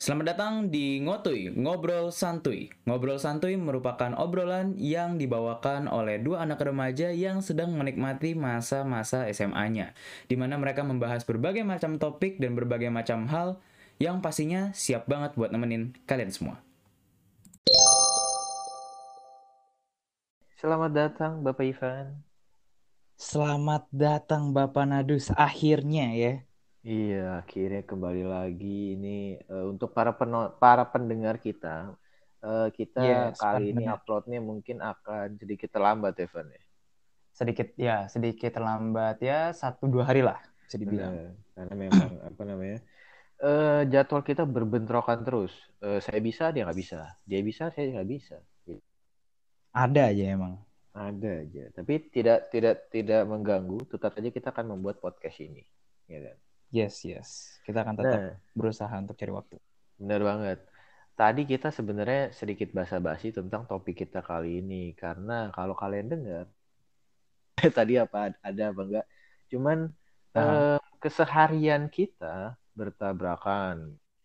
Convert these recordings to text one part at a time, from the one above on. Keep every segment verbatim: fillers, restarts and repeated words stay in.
Selamat datang di Ngotuy, Ngobrol Santuy. Ngobrol Santuy merupakan obrolan yang dibawakan oleh dua anak remaja yang sedang menikmati masa-masa S M A-nya, di mana mereka membahas berbagai macam topik dan berbagai macam hal yang pastinya siap banget buat nemenin kalian semua. Selamat datang Bapak Ivan. Selamat datang Bapak Nadus, akhirnya ya. Iya, akhirnya kembali lagi ini eh, untuk para peno- para pendengar kita. eh, kita Yes, kali para ini pendengar. uploadnya mungkin akan sedikit terlambat, Evan ya. Sedikit ya, sedikit terlambat ya, satu dua hari lah bisa dibilang. Benar, karena memang apa namanya eh, jadwal kita berbentrokan terus. Eh, saya bisa, dia nggak bisa. Dia bisa, saya nggak bisa. Gitu. Ada aja emang. Ada aja, tapi tidak tidak tidak mengganggu. Tetap saja kita akan membuat podcast ini, ya kan? Yes, yes. Kita akan tetap Nah, berusaha untuk cari waktu. benar banget. Tadi kita sebenarnya sedikit basa-basi tentang topik kita kali ini karena kalau kalian dengar tadi apa ada apa enggak, cuman Aha. eh, keseharian kita bertabrakan.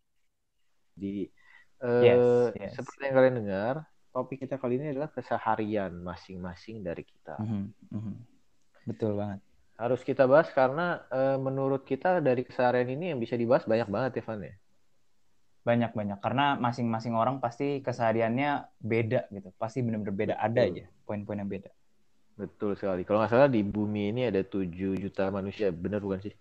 Di eh, Yes, yes. seperti yang kalian dengar, topik kita kali ini adalah keseharian masing-masing dari kita. Mhm, mhm. Betul banget. Harus kita bahas karena eh, menurut kita dari keseharian ini yang bisa dibahas banyak banget, Evan ya. Banyak-banyak. Karena masing-masing orang pasti kesehariannya beda gitu. Pasti benar-benar beda. Ada Betul. aja poin-poin yang beda. Betul sekali. Kalau nggak salah di bumi ini ada tujuh juta manusia. Benar bukan sih?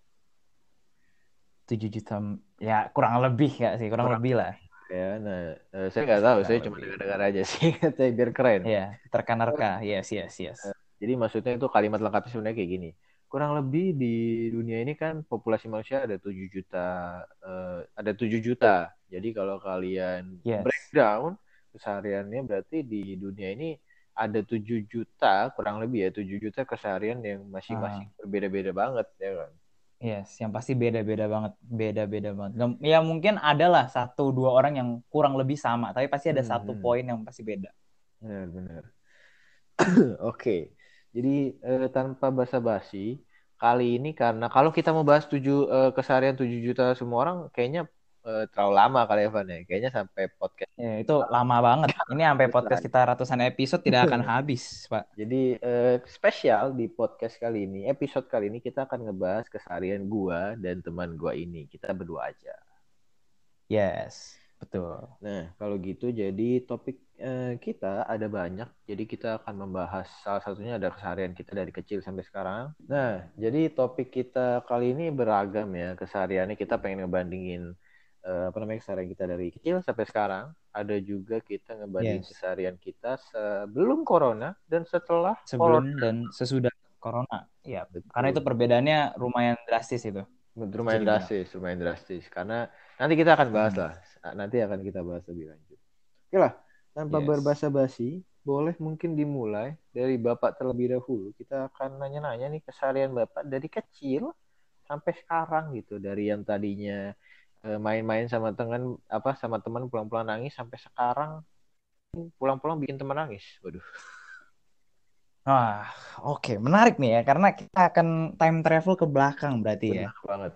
Tujuh juta. Ya kurang lebih ya sih. Kurang Kurang lebih lah. ya. Nah, eh, saya nggak tahu. Kurang Saya cuma lebih. dengar-dengar aja sih. Katanya biar keren. Ya, terka-nerka. Yes, yes, yes. Eh, Jadi maksudnya itu kalimat lengkapnya sebenarnya kayak gini. Kurang lebih di dunia ini kan populasi manusia ada tujuh juta. eh, ada tujuh juta. Jadi kalau kalian Yes. breakdown kesehariannya berarti di dunia ini ada tujuh juta kurang lebih ya tujuh juta keseharian yang masing-masing Aha. berbeda-beda banget ya kan. Yes, yang pasti beda-beda banget. Beda-beda banget. Gam- Ya mungkin adalah satu dua orang yang kurang lebih sama. Tapi pasti ada Hmm, satu hmm. poin yang pasti beda. Benar-benar. Oke, jadi eh, tanpa basa-basi, kali ini karena kalau kita mau bahas tujuh eh, keseharian tujuh juta semua orang, kayaknya eh, terlalu lama kali ya, Van ya. Kayaknya sampai podcast Ya, itu lama banget. Ini sampai podcast selesai. kita ratusan episode tidak akan habis, Pak. Jadi eh, spesial di podcast kali ini, episode kali ini kita akan ngebahas keseharian gua dan teman gua ini. Kita berdua aja. Yes, betul. Nah, kalau gitu jadi topik eh, kita ada banyak. Jadi kita akan membahas salah satunya ada keseharian kita dari kecil sampai sekarang. Nah, jadi topik kita kali ini beragam ya kesehariannya. Kita pengen ngebandingin eh, apa namanya keseharian kita dari kecil sampai sekarang. Ada juga kita ngebandingin Yes. keseharian kita sebelum corona dan setelah Sebelum corona. dan sesudah corona. Ya, karena itu Betul. perbedaannya lumayan drastis itu, bisa Lumayan dibilang. drastis, lumayan drastis. Karena nanti kita akan bahas Mhm. lah. Nanti akan kita bahas lebih lanjut. Oke lah, tanpa Yes. berbasa-basi, boleh mungkin dimulai dari Bapak terlebih dahulu. Kita akan nanya-nanya nih keseharian Bapak dari kecil sampai sekarang gitu. Dari yang tadinya eh, main-main sama teman apa sama teman pulang-pulang nangis sampai sekarang pulang-pulang bikin teman nangis. Waduh, Wah, oke, menarik nih ya, karena kita akan time travel ke belakang berarti ya. bener banget.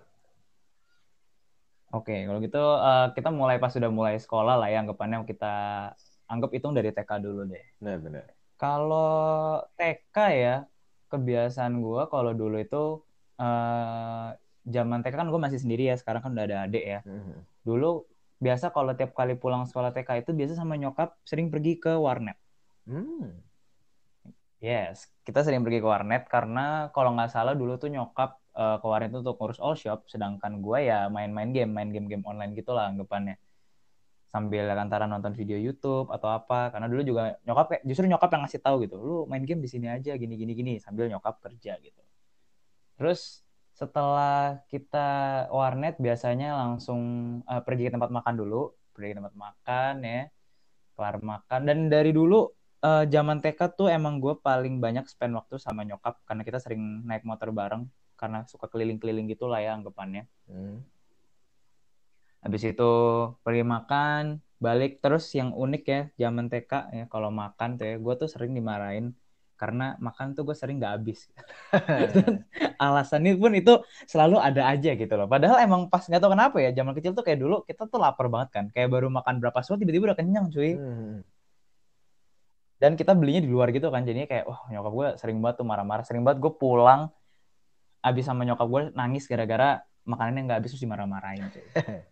Oke, kalau gitu eh, kita mulai pas sudah mulai sekolah lah ya, anggapannya kita anggap hitung dari T K dulu deh. Benar-benar. Kalau T K ya, kebiasaan gue kalau dulu itu eh zaman T K kan gue masih sendiri ya, sekarang kan udah ada adik ya. Mhm. Dulu biasa kalau tiap kali pulang sekolah T K itu biasa sama nyokap sering pergi ke warnet. Hmm. Yes, kita sering pergi ke warnet karena kalau nggak salah dulu tuh nyokap eh, ke warnet itu untuk ngurus all shop, sedangkan gue ya main-main game, main game-game online gitulah anggapannya. Sambil antara nonton video YouTube atau apa, karena dulu juga nyokap kayak justru nyokap yang ngasih tahu gitu, lu main game di sini aja gini gini gini sambil nyokap kerja gitu. Terus setelah kita warnet biasanya langsung eh, pergi ke tempat makan dulu, pergi ke tempat makan ya, kelar makan. Dan dari dulu eh, zaman T K tuh emang gue paling banyak spend waktu sama nyokap karena kita sering naik motor bareng karena suka keliling-keliling gitu lah ya anggapannya. Hmm. Habis itu pergi makan, balik terus yang unik ya zaman T K ya kalau makan tuh ya gue tuh sering dimarahin karena makan tuh gue sering nggak habis. Dan alasannya pun itu selalu ada aja gitu loh. Padahal emang pas nggak tahu kenapa ya, zaman kecil tuh kayak dulu kita tuh lapar banget kan, kayak baru makan berapa suap tiba-tiba udah kenyang cuy. Hmm. Dan kita belinya di luar gitu kan, jadinya kayak wah nyokap gue sering banget tuh marah-marah, sering banget gue pulang abis sama nyokap gue nangis gara-gara makanannya nggak habis terus dimarah-marahin cuy.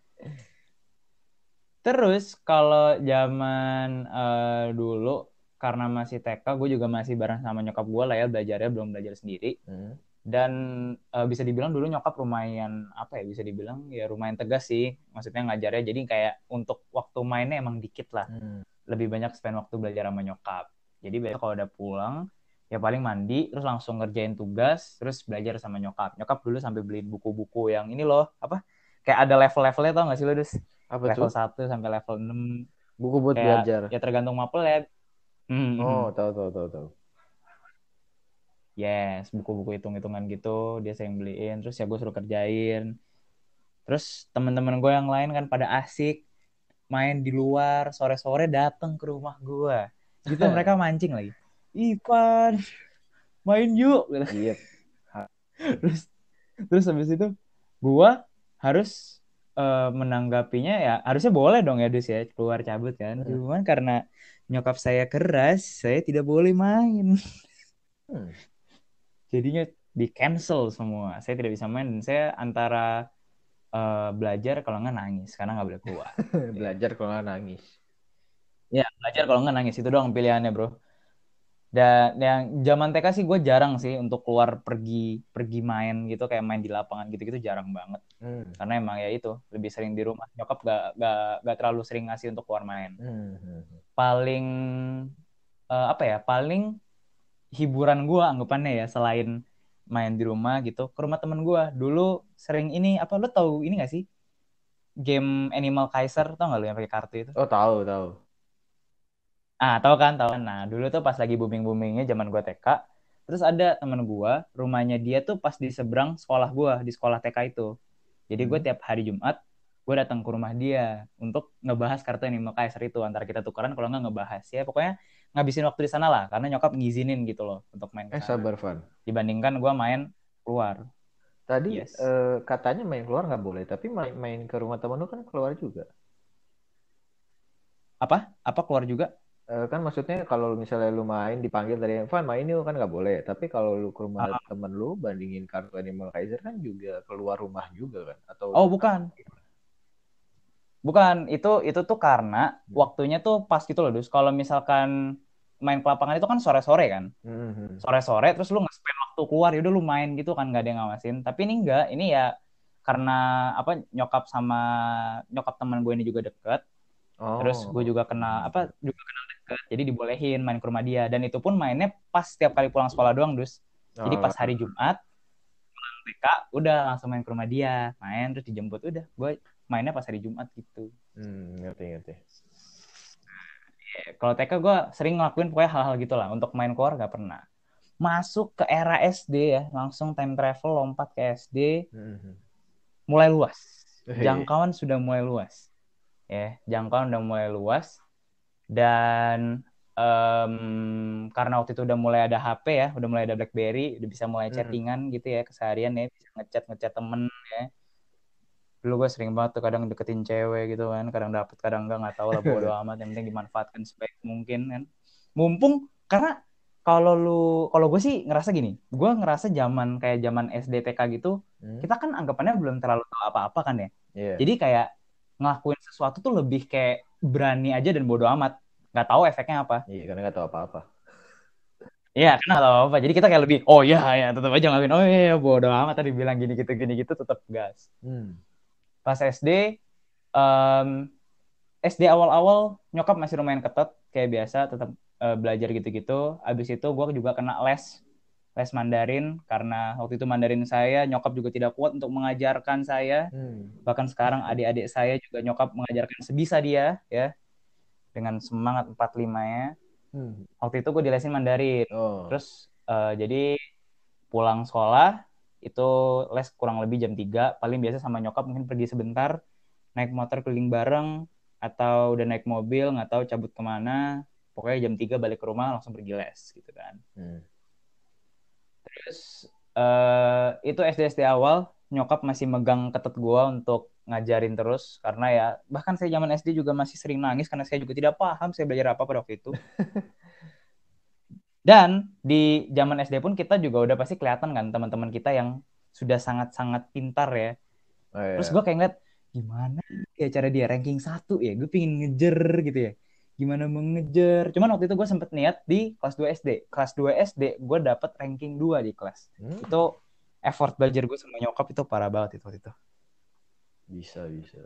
Terus kalau zaman uh, dulu karena masih T K, gue juga masih bareng sama nyokap gue lah ya, belajarnya belum belajar sendiri. Hmm. Dan uh, bisa dibilang dulu nyokap lumayan apa ya, bisa dibilang ya lumayan tegas sih, maksudnya ngajarnya. Jadi kayak untuk waktu mainnya emang dikit lah. Hmm. Lebih banyak spend waktu belajar sama nyokap. Jadi biasanya kalau udah pulang ya paling mandi terus langsung ngerjain tugas terus belajar sama nyokap. Nyokap dulu sampai beliin buku-buku yang ini loh, apa? Kayak ada level-levelnya, tau gak sih lo, Dus? Apa level tuh? satu sampai level enam. Buku buat Kayak, belajar. ya tergantung mapel ya. Hmm. Oh, tahu tahu tahu tahu. Yes, buku-buku hitung-hitungan gitu dia sering beliin, terus ya gue suruh kerjain. Terus teman-teman gue yang lain kan pada asik main di luar, sore-sore datang ke rumah gue. Gitu mereka mancing lagi. Ivan, main yuk. Iya. terus terus habis itu gue harus uh, menanggapinya ya harusnya boleh dong ya, Dus ya, keluar cabut kan. Hmm. Cuman karena nyokap saya keras, saya tidak boleh main. Hmm. Jadinya di cancel semua. Saya tidak bisa main dan saya antara uh, belajar kalau nggak nangis karena nggak boleh keluar. Belajar kalau nggak nangis. Ya belajar kalau nggak nangis, itu doang pilihannya bro. Dan yang zaman T K sih gue jarang sih untuk keluar pergi pergi main gitu, kayak main di lapangan gitu-gitu jarang banget. Hmm. Karena emang ya itu lebih sering di rumah. Nyokap gak, gak, gak terlalu sering ngasih untuk keluar main. Hmm. Paling uh, apa ya? Paling hiburan gue anggapannya ya selain main di rumah gitu, ke rumah temen gue. Dulu sering ini apa, lo tahu ini gak sih? Game Animal Kaiser, tau gak lo yang pakai kartu itu? Oh tahu tahu. Ah, tahu kan, tahu kan. Nah, dulu tuh pas lagi booming-boomingnya zaman gue T K, terus ada temen gue, rumahnya dia tuh pas di seberang sekolah gue, di sekolah T K itu. Jadi gue hmm. tiap hari Jumat, gue datang ke rumah dia untuk ngebahas kartu Animal Kaiser itu. Antara kita tukeran, kalau nggak ngebahas. Ya pokoknya ngabisin waktu di sana lah, karena nyokap ngizinin gitu loh untuk main ke sana. Eh, sabar, Van. Dibandingkan gue main keluar. Tadi yes. eh, katanya main keluar nggak boleh, tapi main, main ke rumah temen lu kan keluar juga. Apa? Apa keluar juga? Kan maksudnya kalau misalnya lu main dipanggil dari Van main yuk kan nggak boleh, tapi kalau lu ke rumah uh, temen lu bandingin kartu Animal Kaiser kan juga keluar rumah juga kan, atau oh bukan bukan itu itu tuh karena hmm. waktunya tuh pas gitu loh, Dus. Kalau misalkan main ke lapangan itu kan sore-sore kan, hmm. sore-sore terus lu nge-spend waktu keluar, yaudah lu main gitu kan, nggak ada yang ngawasin. Tapi ini enggak, ini ya karena apa, nyokap sama nyokap teman gue ini juga deket. Oh. Terus gue juga kenal apa juga kenal deket, jadi dibolehin main ke rumah dia. Dan itu pun mainnya pas setiap kali pulang sekolah doang, Dus. Jadi pas hari Jumat pulang T K udah langsung main ke rumah dia, main terus dijemput, udah gue mainnya pas hari Jumat gitu. Hmm, ngerti ngerti. Ya, kalau T K gue sering ngelakuin pokoknya hal-hal gitulah. Untuk main keluar gak pernah. Masuk ke era S D ya, langsung time travel lompat ke S D, hmm. mulai luas. Jangkauan sudah mulai luas. Ya, jangkauan udah mulai luas. Dan um, karena waktu itu udah mulai ada H P ya, udah mulai ada BlackBerry, udah bisa mulai chattingan hmm. gitu ya keseharian ya, bisa ngechat ngechat temen ya. Dulu gue sering banget tuh kadang deketin cewek gitu kan, kadang dapet kadang enggak, nggak tahu lah, bodo amat, yang penting dimanfaatkan sebaik mungkin kan. Mumpung karena kalau lu kalau gue sih ngerasa gini, gue ngerasa zaman kayak zaman S D T K gitu, hmm. kita kan anggapannya belum terlalu tahu apa-apa kan ya. Yeah. Jadi kayak ngelakuin sesuatu tuh lebih kayak berani aja dan bodo amat, nggak tahu efeknya apa. Iya, karena nggak tahu apa-apa. Iya, karena nggak tahu apa. Jadi kita kayak lebih, oh ya ya tetap aja ngelakuin, oh iya bodo amat, tadi bilang gini gitu gini gitu tetap gas. Hmm. Pas S D, um, S D awal-awal nyokap masih lumayan ketat kayak biasa, tetap uh, belajar gitu-gitu. Abis itu gue juga kena les les Mandarin, karena waktu itu Mandarin saya nyokap juga tidak kuat untuk mengajarkan saya. Hmm. Bahkan sekarang adik-adik saya juga nyokap mengajarkan sebisa dia ya, dengan semangat empat puluh lima-nya. Hmm. Waktu itu gue dilesin Mandarin. Oh. Terus uh, jadi pulang sekolah itu les kurang lebih jam tiga, paling biasa sama nyokap mungkin pergi sebentar, naik motor keliling bareng, atau udah naik mobil nggak tahu cabut kemana. pokoknya jam tiga balik ke rumah langsung pergi les gitu kan. Hmm. Terus uh, itu S D S D awal nyokap masih megang ketet gue untuk ngajarin terus karena ya bahkan saya zaman S D juga masih sering nangis karena saya juga tidak paham saya belajar apa pada waktu itu. Dan di zaman S D pun kita juga udah pasti kelihatan kan teman-teman kita yang sudah sangat-sangat pintar ya. Oh, Terus iya. gue kayak ngeliat gimana ya cara dia ranking satu ya, gue pingin ngejer gitu ya. Gimana mau ngejer? Cuman waktu itu gue sempet niat di kelas dua S D. Kelas dua S D gue dapet ranking dua di kelas. Hmm. Itu effort belajar gue sama nyokap itu parah banget itu waktu itu. Bisa, bisa.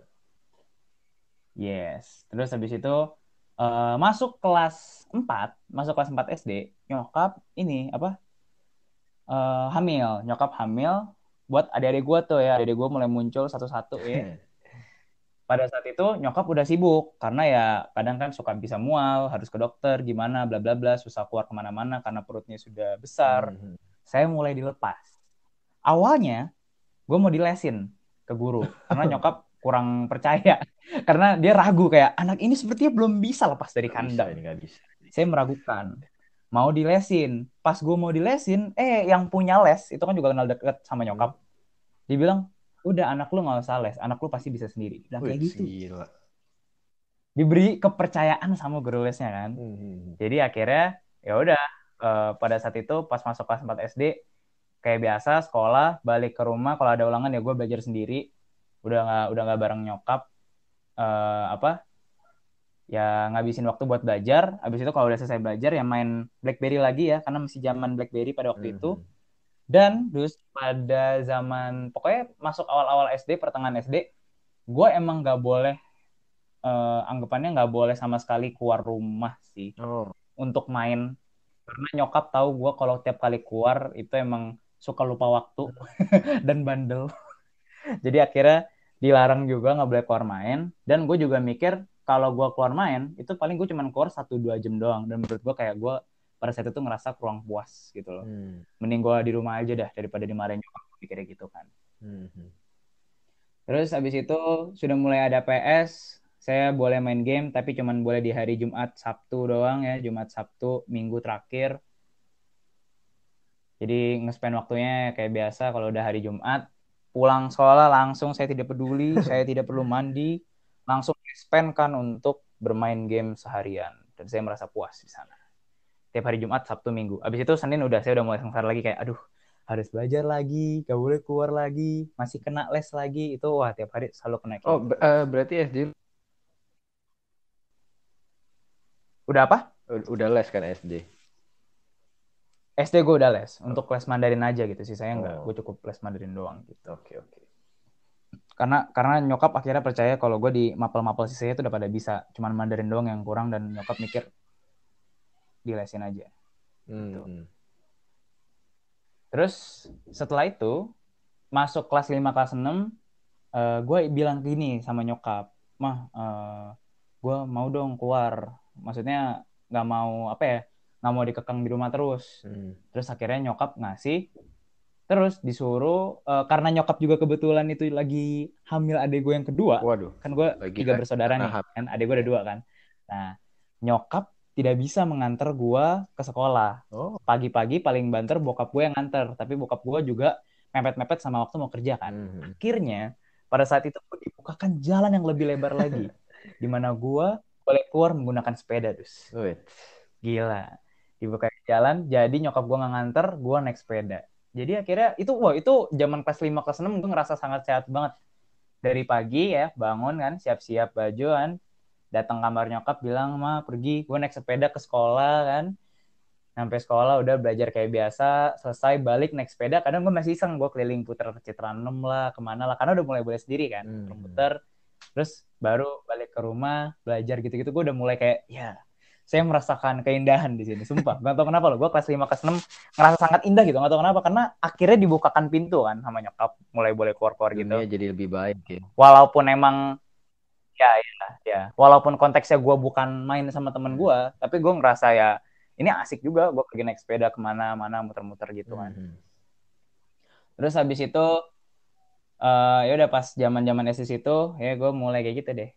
Yes. Terus habis itu uh, masuk kelas empat, masuk kelas empat S D, nyokap ini apa? Uh, hamil, nyokap hamil buat adik-adik gue tuh ya. Adik-adik gue mulai muncul satu-satu ya. Pada saat itu nyokap udah sibuk karena ya kadang kan suka bisa mual, harus ke dokter, gimana, bla bla bla, susah keluar kemana-mana karena perutnya sudah besar. Hmm. Saya mulai dilepas. Awalnya gue mau dilesin ke guru karena nyokap kurang percaya karena dia ragu kayak anak ini sepertinya belum bisa lepas dari Gak bisa kandang. ini, gak bisa. Saya meragukan. Mau dilesin. Pas gue mau dilesin, eh yang punya les itu kan juga kenal deket sama nyokap. Dia bilang, udah anak lu nggak usah les, anak lu pasti bisa sendiri. Bilang kayak Wih, gitu. gila. Diberi kepercayaan sama guru lesnya kan. Hmm. Jadi akhirnya ya udah uh, pada saat itu pas masuk kelas empat S D kayak biasa sekolah balik ke rumah kalau ada ulangan ya gue belajar sendiri. Udah nggak udah nggak bareng nyokap uh, apa ya ngabisin waktu buat belajar. Habis itu kalau udah selesai belajar ya main BlackBerry lagi ya karena masih zaman BlackBerry pada waktu itu. Hmm. Dan terus pada zaman pokoknya masuk awal-awal S D pertengahan S D gue emang nggak boleh uh, anggapannya nggak boleh sama sekali keluar rumah sih Oh. untuk main karena nyokap tahu gue kalau tiap kali keluar itu emang suka lupa waktu dan bandel. Jadi akhirnya dilarang juga nggak boleh keluar main. Dan gue juga mikir kalau gue keluar main itu paling gue cuma keluar satu dua jam doang. Dan menurut gue kayak gue pada saat itu ngerasa kurang puas gitu loh. Hmm. Mending gue di rumah aja dah daripada dimarahin nyokap mikirnya gitu kan. Hmm. Terus habis itu sudah mulai ada P S. Saya boleh main game tapi cuma boleh di hari Jumat Sabtu doang ya. Jumat Sabtu minggu terakhir. Jadi nge-spend waktunya kayak biasa kalau udah hari Jumat. Pulang sekolah langsung saya tidak peduli, saya tidak perlu mandi, langsung spend kan untuk bermain game seharian dan saya merasa puas di sana. Tiap hari Jumat, Sabtu, Minggu. Abis itu Senin udah saya udah mulai sengsara lagi kayak aduh harus belajar lagi, gak boleh keluar lagi, masih kena les lagi itu wah tiap hari selalu kena kayak Oh, gitu. uh, berarti S D Udah apa? udah les kan S D? S D gue udah les untuk les Mandarin aja gitu sih saya enggak, Oh. gue cukup les Mandarin doang gitu. Oke, oke. Karena karena nyokap akhirnya percaya kalau gue di mapel-mapel sisanya itu udah pada bisa, cuman Mandarin doang yang kurang dan nyokap mikir dilesin aja. Gitu. Hmm. Terus setelah itu masuk kelas lima kelas enam uh, gue bilang gini sama nyokap, mah uh, gue mau dong keluar, maksudnya nggak mau apa ya, nggak mau dikekang di rumah terus. Hmm. Terus akhirnya nyokap ngasih. Terus disuruh uh, karena nyokap juga kebetulan itu lagi hamil adik gue yang kedua. Waduh. Kan gue Lagi tiga bersaudara nih, tahap. kan adik gue ada dua kan. Nah, nyokap tidak bisa mengantar gue ke sekolah. Oh. Pagi-pagi paling banter bokap gue yang nganter, tapi bokap gue juga mepet-mepet sama waktu mau kerja kan. Hmm. Akhirnya pada saat itu dibukakan jalan yang lebih lebar lagi, di mana gue boleh keluar menggunakan sepeda, dus. Wait. Gila, dibuka jalan, jadi nyokap gue nggak nganter, gue naik sepeda. Jadi akhirnya itu wah itu zaman kelas lima kelas enam gue ngerasa sangat sehat banget. Dari pagi ya bangun kan siap-siap bajuan, datang kamar nyokap bilang mah pergi, gue naik sepeda ke sekolah kan. Sampai sekolah udah belajar kayak biasa, selesai balik naik sepeda, kadang gue masih iseng gue keliling putar Citra enam lah, kemana lah, karena udah mulai boleh sendiri kan, Hmm. putar-putar. Terus baru balik ke rumah belajar gitu-gitu, gue udah mulai kayak ya saya merasakan keindahan di sini, sumpah. Gak tau kenapa loh, gue kelas lima, kelas enam ngerasa sangat indah gitu, gak tau kenapa. Karena akhirnya dibukakan pintu kan sama nyokap, mulai boleh keluar-keluar gitu. Dunia jadi lebih baik ya. Walaupun emang, ya, ya, ya. Walaupun konteksnya gue bukan main sama temen gue, tapi gue ngerasa ya, ini asik juga, gue pergi naik sepeda kemana-mana, muter-muter gitu kan. Hmm. Terus habis itu, uh, ya udah pas zaman-zaman S D itu, ya gue mulai kayak gitu deh.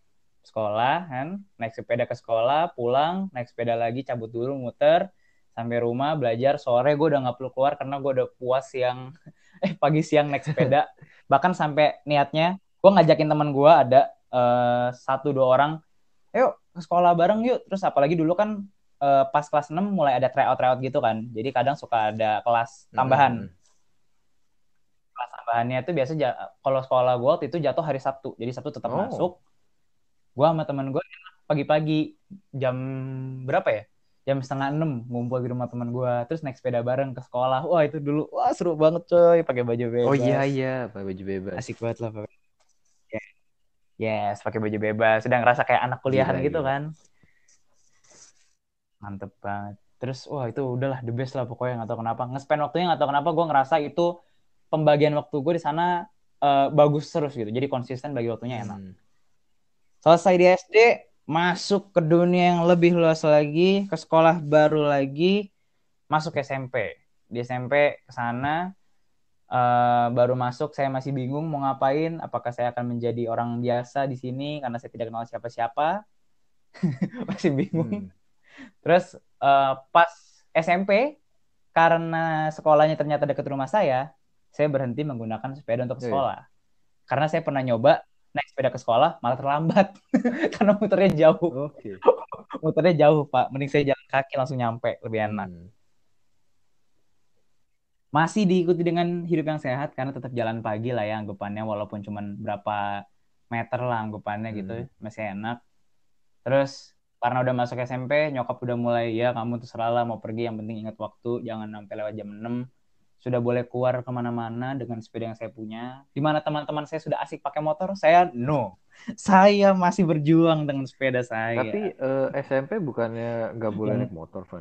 sekolah kan, naik sepeda ke sekolah, pulang, naik sepeda lagi, cabut dulu, muter, sampai rumah, belajar, sore gue udah gak perlu keluar karena gue udah puas siang, eh pagi siang naik sepeda. Bahkan sampai niatnya, gue ngajakin teman gue ada uh, satu dua orang, ayo ke sekolah bareng yuk. Terus apalagi dulu kan uh, pas kelas enam mulai ada tryout-tryout gitu kan, jadi kadang suka ada kelas tambahan. Mm-hmm. Kelas tambahannya itu biasa kalau sekolah gue waktu itu jatuh hari Sabtu, jadi Sabtu tetap Oh. masuk. Gue sama temen gue pagi-pagi jam berapa ya? Jam setengah enam ngumpul di rumah teman gue, terus naik sepeda bareng ke sekolah. Wah itu dulu, wah seru banget coy, pakai baju bebas. Oh iya iya, pakai baju bebas. Asik banget lah. Yeah. Yes, pakai baju bebas. Sudah ngerasa kayak anak kuliahan Gila, gitu gila. kan. Mantep banget. Terus wah itu udahlah the best lah pokoknya, nggak tahu kenapa. Nge-spend waktunya nggak tahu kenapa gue ngerasa itu pembagian waktu gue di sana uh, bagus terus gitu. Jadi konsisten bagi waktunya enak. Hmm. Selesai di S D, masuk ke dunia yang lebih luas lagi, ke sekolah baru lagi, masuk ke S M P. Di S M P ke sana uh, baru masuk, saya masih bingung mau ngapain, apakah saya akan menjadi orang biasa di sini karena saya tidak kenal siapa-siapa. Masih bingung. Hmm. Terus uh, pas S M P, karena sekolahnya ternyata dekat rumah saya, saya berhenti menggunakan sepeda untuk sekolah. Yeah. Karena saya pernah nyoba naik sepeda ke sekolah malah terlambat karena muternya jauh. Oke. Okay. Muternya jauh Pak, mending saya jalan kaki langsung nyampe, lebih enak. Hmm. Masih diikuti dengan hidup yang sehat karena tetap jalan pagi lah ya anggapannya, walaupun cuma berapa meter lah anggapannya hmm. gitu, masih enak. Terus karena udah masuk S M P, nyokap udah mulai, ya kamu terserah lah mau pergi, yang penting ingat waktu, jangan sampai lewat jam enam. Sudah boleh keluar kemana-mana dengan sepeda yang saya punya. Di mana teman-teman saya sudah asik pakai motor, saya no. Saya masih berjuang dengan sepeda saya. Tapi uh, S M P bukannya nggak boleh naik motor, Van?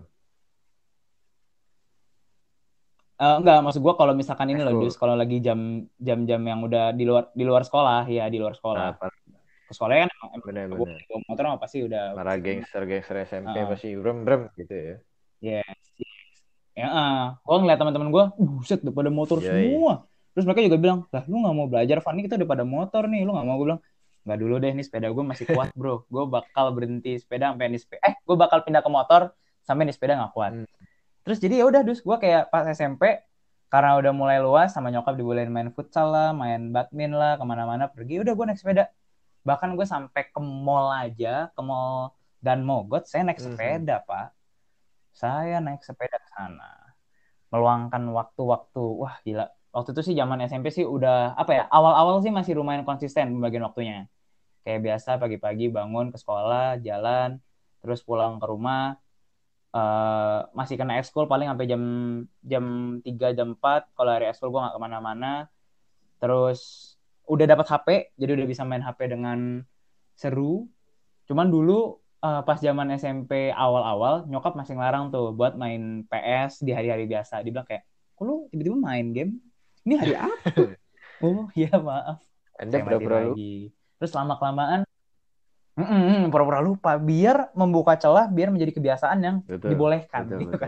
Uh, enggak, maksud gue kalau misalkan ini loh, Dus, kalau lagi jam jam-jam yang udah di luar di luar sekolah, ya di luar sekolah. Nah, ke sekolahnya kan emang bener-bener. Motor apa pasti udah. Para gangster-gangster S M P uh. pasti brem-brem gitu ya. Yes. Ya, uh, gue ngeliat teman-teman gue, uh, set udah pada motor yeah, semua. Yeah. Terus mereka juga bilang, lah lu nggak mau belajar, Van, kita udah pada motor nih, lu nggak mau? Gue bilang, nggak dulu deh, nih sepeda gue masih kuat bro. Gue bakal berhenti sepeda sampai nih sepeda, eh gue bakal pindah ke motor sampai nih sepeda nggak kuat. Hmm. Terus jadi ya udah, Dus, gue kayak pas S M P karena udah mulai luas, sama nyokap dibolehin main futsal lah, main badminton lah, kemana-mana pergi, udah gue naik sepeda. Bahkan gue sampai ke mall aja, ke mall dan Mogot, saya naik sepeda, mm-hmm. Pak. Saya naik sepeda ke sana. Meluangkan waktu-waktu, wah gila. Waktu itu sih zaman S M P sih udah, apa ya, awal-awal sih masih lumayan konsisten pembagian waktunya. Kayak biasa pagi-pagi bangun ke sekolah, jalan, terus pulang ke rumah, uh, masih kena ekskul paling sampai jam jam tiga, jam empat. Kalau hari ekskul gue gak kemana-mana. Terus udah dapat H P, jadi udah bisa main H P dengan seru. Cuman dulu uh, pas zaman S M P awal-awal, nyokap masih ngelarang tuh buat main P S di hari-hari biasa. Dia bilang kayak, kok lu tiba-tiba main game? Ini hari apa? Oh iya maaf. Anda pura-pura lupa. Terus lama-kelamaan, pura-pura lupa. Biar membuka celah, biar menjadi kebiasaan yang betul, dibolehkan. Betul, gitu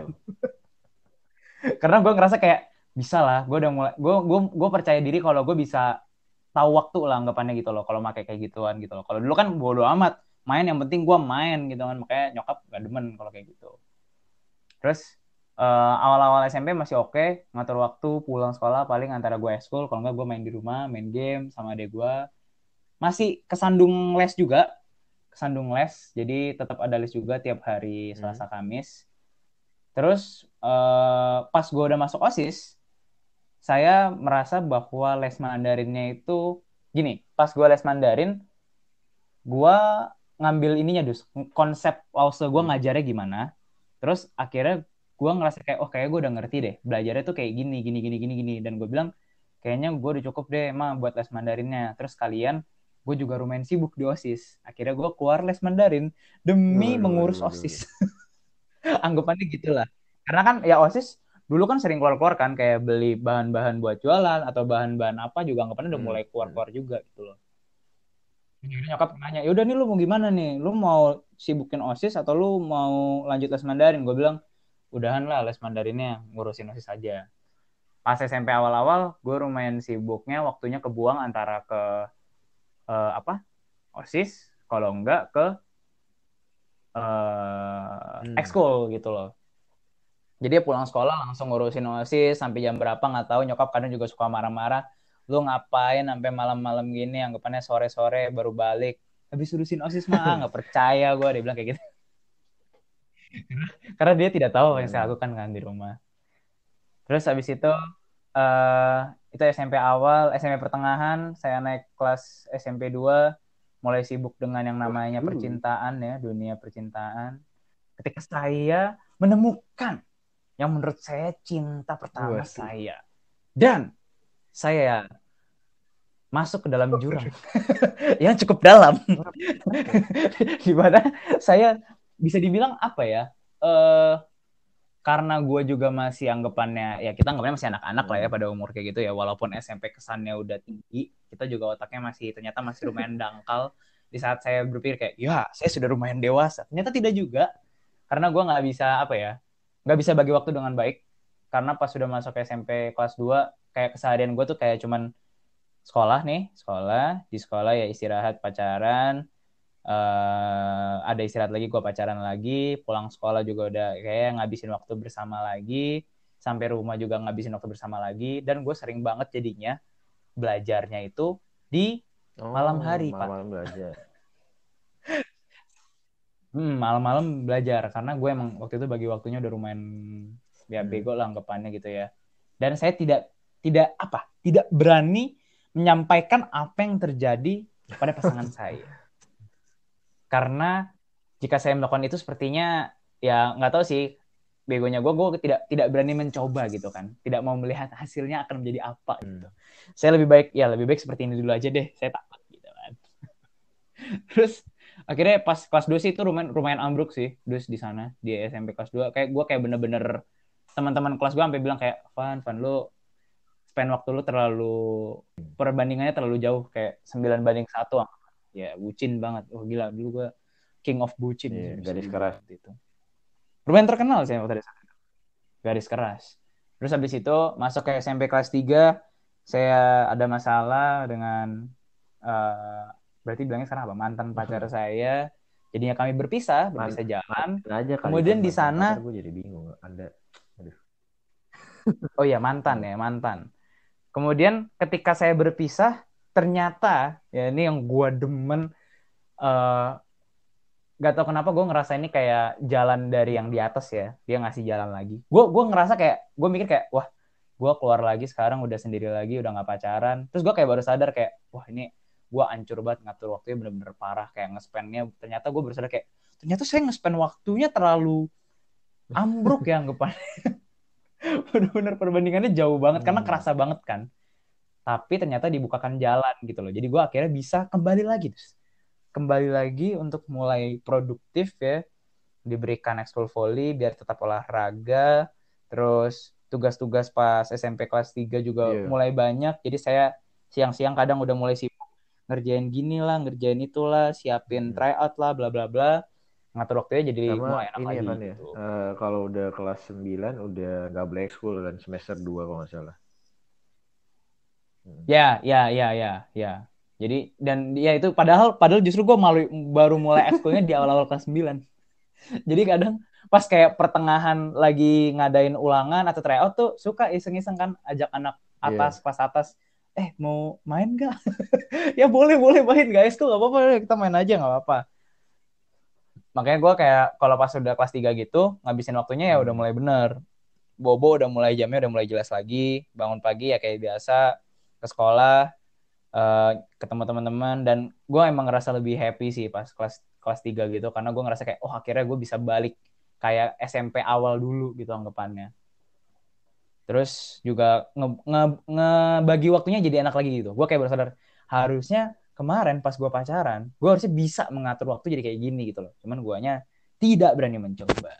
betul. Kan. Karena gue ngerasa kayak, bisa lah, gue udah mulai, gue gue gue percaya diri kalau gue bisa tahu waktu lah anggapannya gitu loh, kalau pakai kayak gituan gitu loh. Kalau dulu kan bodo amat, main yang penting gue main gitu kan, makanya nyokap gak demen kalau kayak gitu. Terus uh, awal-awal S M P masih oke, okay, ngatur waktu, pulang sekolah paling antara gue ekskul, kalau nggak gue main di rumah, main game sama adek gue. Masih kesandung les juga, kesandung les, jadi tetap ada les juga tiap hari Selasa Kamis. Terus uh, pas gue udah masuk OSIS, saya merasa bahwa les Mandarinnya itu gini, pas gue les Mandarin, gue ngambil ininya, Dus, konsep Lause gue ngajarnya gimana. Terus akhirnya gue ngerasa kayak, oh kayak gue udah ngerti deh, belajarnya tuh kayak gini, gini, gini, gini, gini. Dan gue bilang, kayaknya gue udah cukup deh emang buat les Mandarinnya. Terus kalian, gue juga lumayan sibuk di OSIS. Akhirnya gue keluar les Mandarin demi waduh, mengurus waduh, OSIS. Anggapannya gitulah. Karena kan ya OSIS dulu kan sering keluar-keluar kan, kayak beli bahan-bahan buat jualan atau bahan-bahan apa juga anggapannya udah mulai keluar-keluar juga gitu loh. Jadi nyokap nanya, yaudah nih lu mau gimana nih? Lu mau sibukin OSIS atau lu mau lanjut les Mandarin? Gue bilang, udahan lah les Mandarinnya, ngurusin OSIS aja. Pas S M P awal-awal, gue lumayan sibuknya, waktunya kebuang antara ke uh, apa OSIS, kalau enggak ke uh, Hmm. ekskul gitu loh. Jadi pulang sekolah langsung ngurusin OSIS sampai jam berapa nggak tahu. Nyokap kadang juga suka marah-marah. Lu ngapain sampai malam-malam gini? Anggapannya sore-sore baru balik. Habis urusin OSIS mah nggak percaya gue, dia bilang kayak gitu. Karena dia tidak tahu apa yang saya Hmm. lakukan kan di rumah. Terus habis itu uh, itu S M P awal, S M P pertengahan, saya naik kelas S M P dua, mulai sibuk dengan yang namanya Waduh. percintaan ya, dunia percintaan. Ketika saya menemukan yang menurut saya cinta pertama Waduh. saya. Dan saya masuk ke dalam jurang yang cukup dalam. Di mana saya bisa dibilang apa ya? Uh, karena gue juga masih anggapannya, ya kita anggapannya masih anak-anak lah ya pada umur kayak gitu ya. Walaupun S M P kesannya udah tinggi, kita juga otaknya masih ternyata masih lumayan dangkal. Di saat saya berpikir kayak, ya saya sudah lumayan dewasa. Ternyata tidak juga. Karena gue nggak bisa apa ya, nggak bisa bagi waktu dengan baik. Karena pas sudah masuk ke S M P kelas dua, kayak keseharian gue tuh kayak cuman sekolah nih, sekolah, di sekolah ya istirahat, pacaran, uh, ada istirahat lagi, gue pacaran lagi, pulang sekolah juga udah kayak ngabisin waktu bersama lagi, sampai rumah juga ngabisin waktu bersama lagi, dan gue sering banget jadinya belajarnya itu di Oh, malam hari, Pak. malam-malam belajar. Hmm, malam-malam belajar, karena gue emang waktu itu bagi waktunya udah lumayan ya Hmm. bego lah anggapannya gitu ya. Dan saya tidak tidak apa, tidak berani menyampaikan apa yang terjadi pada pasangan saya. Karena jika saya melakukan itu sepertinya ya nggak tahu sih, begonya gue, gue tidak tidak berani mencoba gitu kan, tidak mau melihat hasilnya akan menjadi apa gitu. Hmm. Saya lebih baik ya lebih baik seperti ini dulu aja deh, saya takut gitu kan. Terus akhirnya pas kelas dua sih itu lumayan, lumayan ambruk sih dus di sana di S M P kelas dua, kayak gue kayak bener-bener teman-teman kelas gue sampai bilang kayak Van Van lu spend waktu lu terlalu, perbandingannya terlalu jauh, kayak sembilan banding satu, ya bucin banget. Oh gila, dulu gue king of bucin, yeah, garis keras itu. Lumayan terkenal sih waktu itu. Garis keras. Terus habis itu masuk ke S M P kelas tiga, saya ada masalah dengan uh, berarti bilangnya sekarang apa? Mantan pacar saya. Jadinya kami berpisah, berpisah Man- jalan. Aja kali kemudian di sana gue jadi bingung. Anda aduh. Oh iya, mantan ya, mantan. Kemudian ketika saya berpisah, ternyata ya ini yang gue demen, uh, gak tau kenapa gue ngerasa ini kayak jalan dari yang di atas ya, dia ngasih jalan lagi. Gue gue ngerasa kayak, gue mikir kayak, wah gue keluar lagi sekarang, udah sendiri lagi, udah gak pacaran. Terus gue kayak baru sadar kayak, wah ini gue hancur banget, ngatur waktunya bener-bener parah, kayak nge-spendnya. Ternyata gue baru sadar kayak, ternyata saya nge-spend waktunya terlalu ambruk ya anggapannya. Bener-bener perbandingannya jauh banget, hmm. karena kerasa banget kan. Tapi ternyata dibukakan jalan gitu loh. Jadi gue akhirnya bisa kembali lagi terus. Kembali lagi untuk mulai produktif ya, diberikan ekskul volley biar tetap olahraga, terus tugas-tugas pas S M P kelas tiga juga yeah. mulai banyak, jadi saya siang-siang kadang udah mulai sibuk ngerjain gini lah, ngerjain itulah, siapin hmm. tryout lah, bla bla bla, ngatur waktunya jadi sama mulai enak ini lagi ya, Van, gitu. Ya? Uh, kalau udah kelas sembilan udah gak boleh ekskul kan, semester dua kalau nggak salah. Hmm. Ya, ya, ya, ya, ya. Jadi dan ya itu padahal padahal justru gue malu baru mulai ekskulnya di awal-awal kelas sembilan. Jadi kadang pas kayak pertengahan lagi ngadain ulangan atau tryout tuh suka iseng-iseng kan ajak anak atas, yeah. kelas atas, eh mau main gak? Ya boleh boleh main guys, tuh gak apa-apa, kita main aja gak apa-apa. Makanya gue kayak kalau pas udah kelas tiga gitu ngabisin waktunya ya hmm. udah mulai bener. Bobo udah mulai jamnya udah mulai jelas lagi, bangun pagi ya kayak biasa, ke sekolah, uh, ketemu teman-teman, dan gue emang ngerasa lebih happy sih pas kelas kelas tiga gitu, karena gue ngerasa kayak oh akhirnya gue bisa balik kayak S M P awal dulu gitu anggapannya. Terus juga nge- nge- ngebagi waktunya jadi enak lagi gitu. Gue kayak baru sadar harusnya kemarin pas gue pacaran gue harusnya bisa mengatur waktu jadi kayak gini gitu loh, cuman guanya tidak berani mencoba,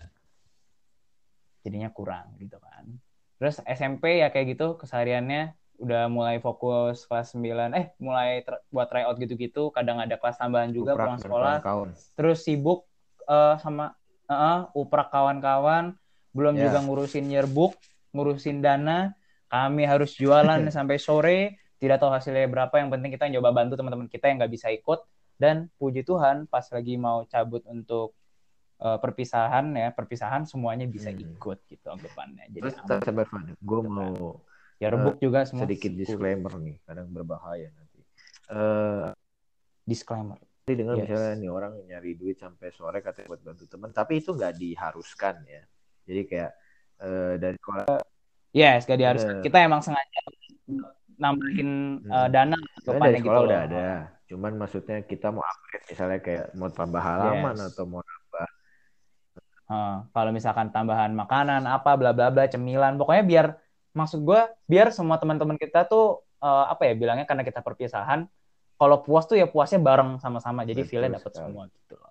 jadinya kurang gitu kan. Terus S M P ya kayak gitu kesehariannya udah mulai fokus kelas sembilan, eh mulai ter- buat tryout gitu-gitu, kadang ada kelas tambahan juga pulang sekolah, kawan-kawan. Terus sibuk uh, sama uh, uprak kawan-kawan, belum yeah. juga ngurusin yearbook, ngurusin dana, kami harus jualan sampai sore, tidak tahu hasilnya berapa, yang penting kita nyoba bantu teman-teman kita yang nggak bisa ikut, Dan puji Tuhan pas lagi mau cabut untuk uh, perpisahan ya, perpisahan semuanya bisa Hmm. ikut gitu anggapannya. Jadi Terus sabar Van, gue mau ya rebuk uh, juga semua. sedikit disclaimer nih, kadang berbahaya nanti. Uh, disclaimer. Jadi dengar Yes. misalnya nih orang nyari duit sampai sore katanya buat bantu teman, tapi itu nggak diharuskan ya. Jadi kayak uh, dari sekolah. Yes, gak diharuskan. Kita emang sengaja nambahin hmm. uh, dana Sebenarnya dari sekolah gitu udah loh. ada. Cuman maksudnya kita mau upgrade misalnya kayak mau tambah halaman Yes. atau mau nambah. Uh, kalau misalkan tambahan makanan apa bla bla bla cemilan, pokoknya biar maksud gue biar semua teman-teman kita tuh uh, apa ya bilangnya karena kita perpisahan, kalau puas tuh ya puasnya bareng sama-sama, jadi feel-nya dapat semua gitu loh.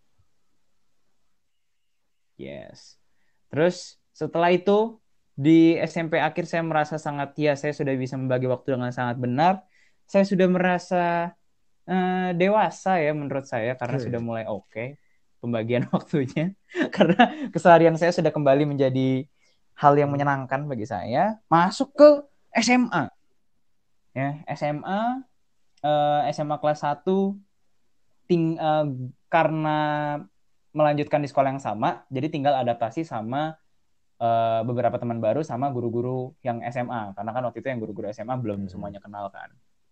Yes. Terus setelah itu di S M P akhir saya merasa sangat ya saya sudah bisa membagi waktu dengan sangat benar. Saya sudah merasa uh, dewasa ya menurut saya karena sudah mulai oke okay pembagian waktunya. Karena keseharian saya sudah kembali menjadi hal yang menyenangkan bagi saya. Masuk ke S M A. Ya, S M A uh, S M A kelas satu ting uh, karena melanjutkan di sekolah yang sama, jadi tinggal adaptasi sama uh, beberapa teman baru sama guru-guru yang S M A. Karena kan waktu itu yang guru-guru S M A belum hmm. semuanya kenal kan.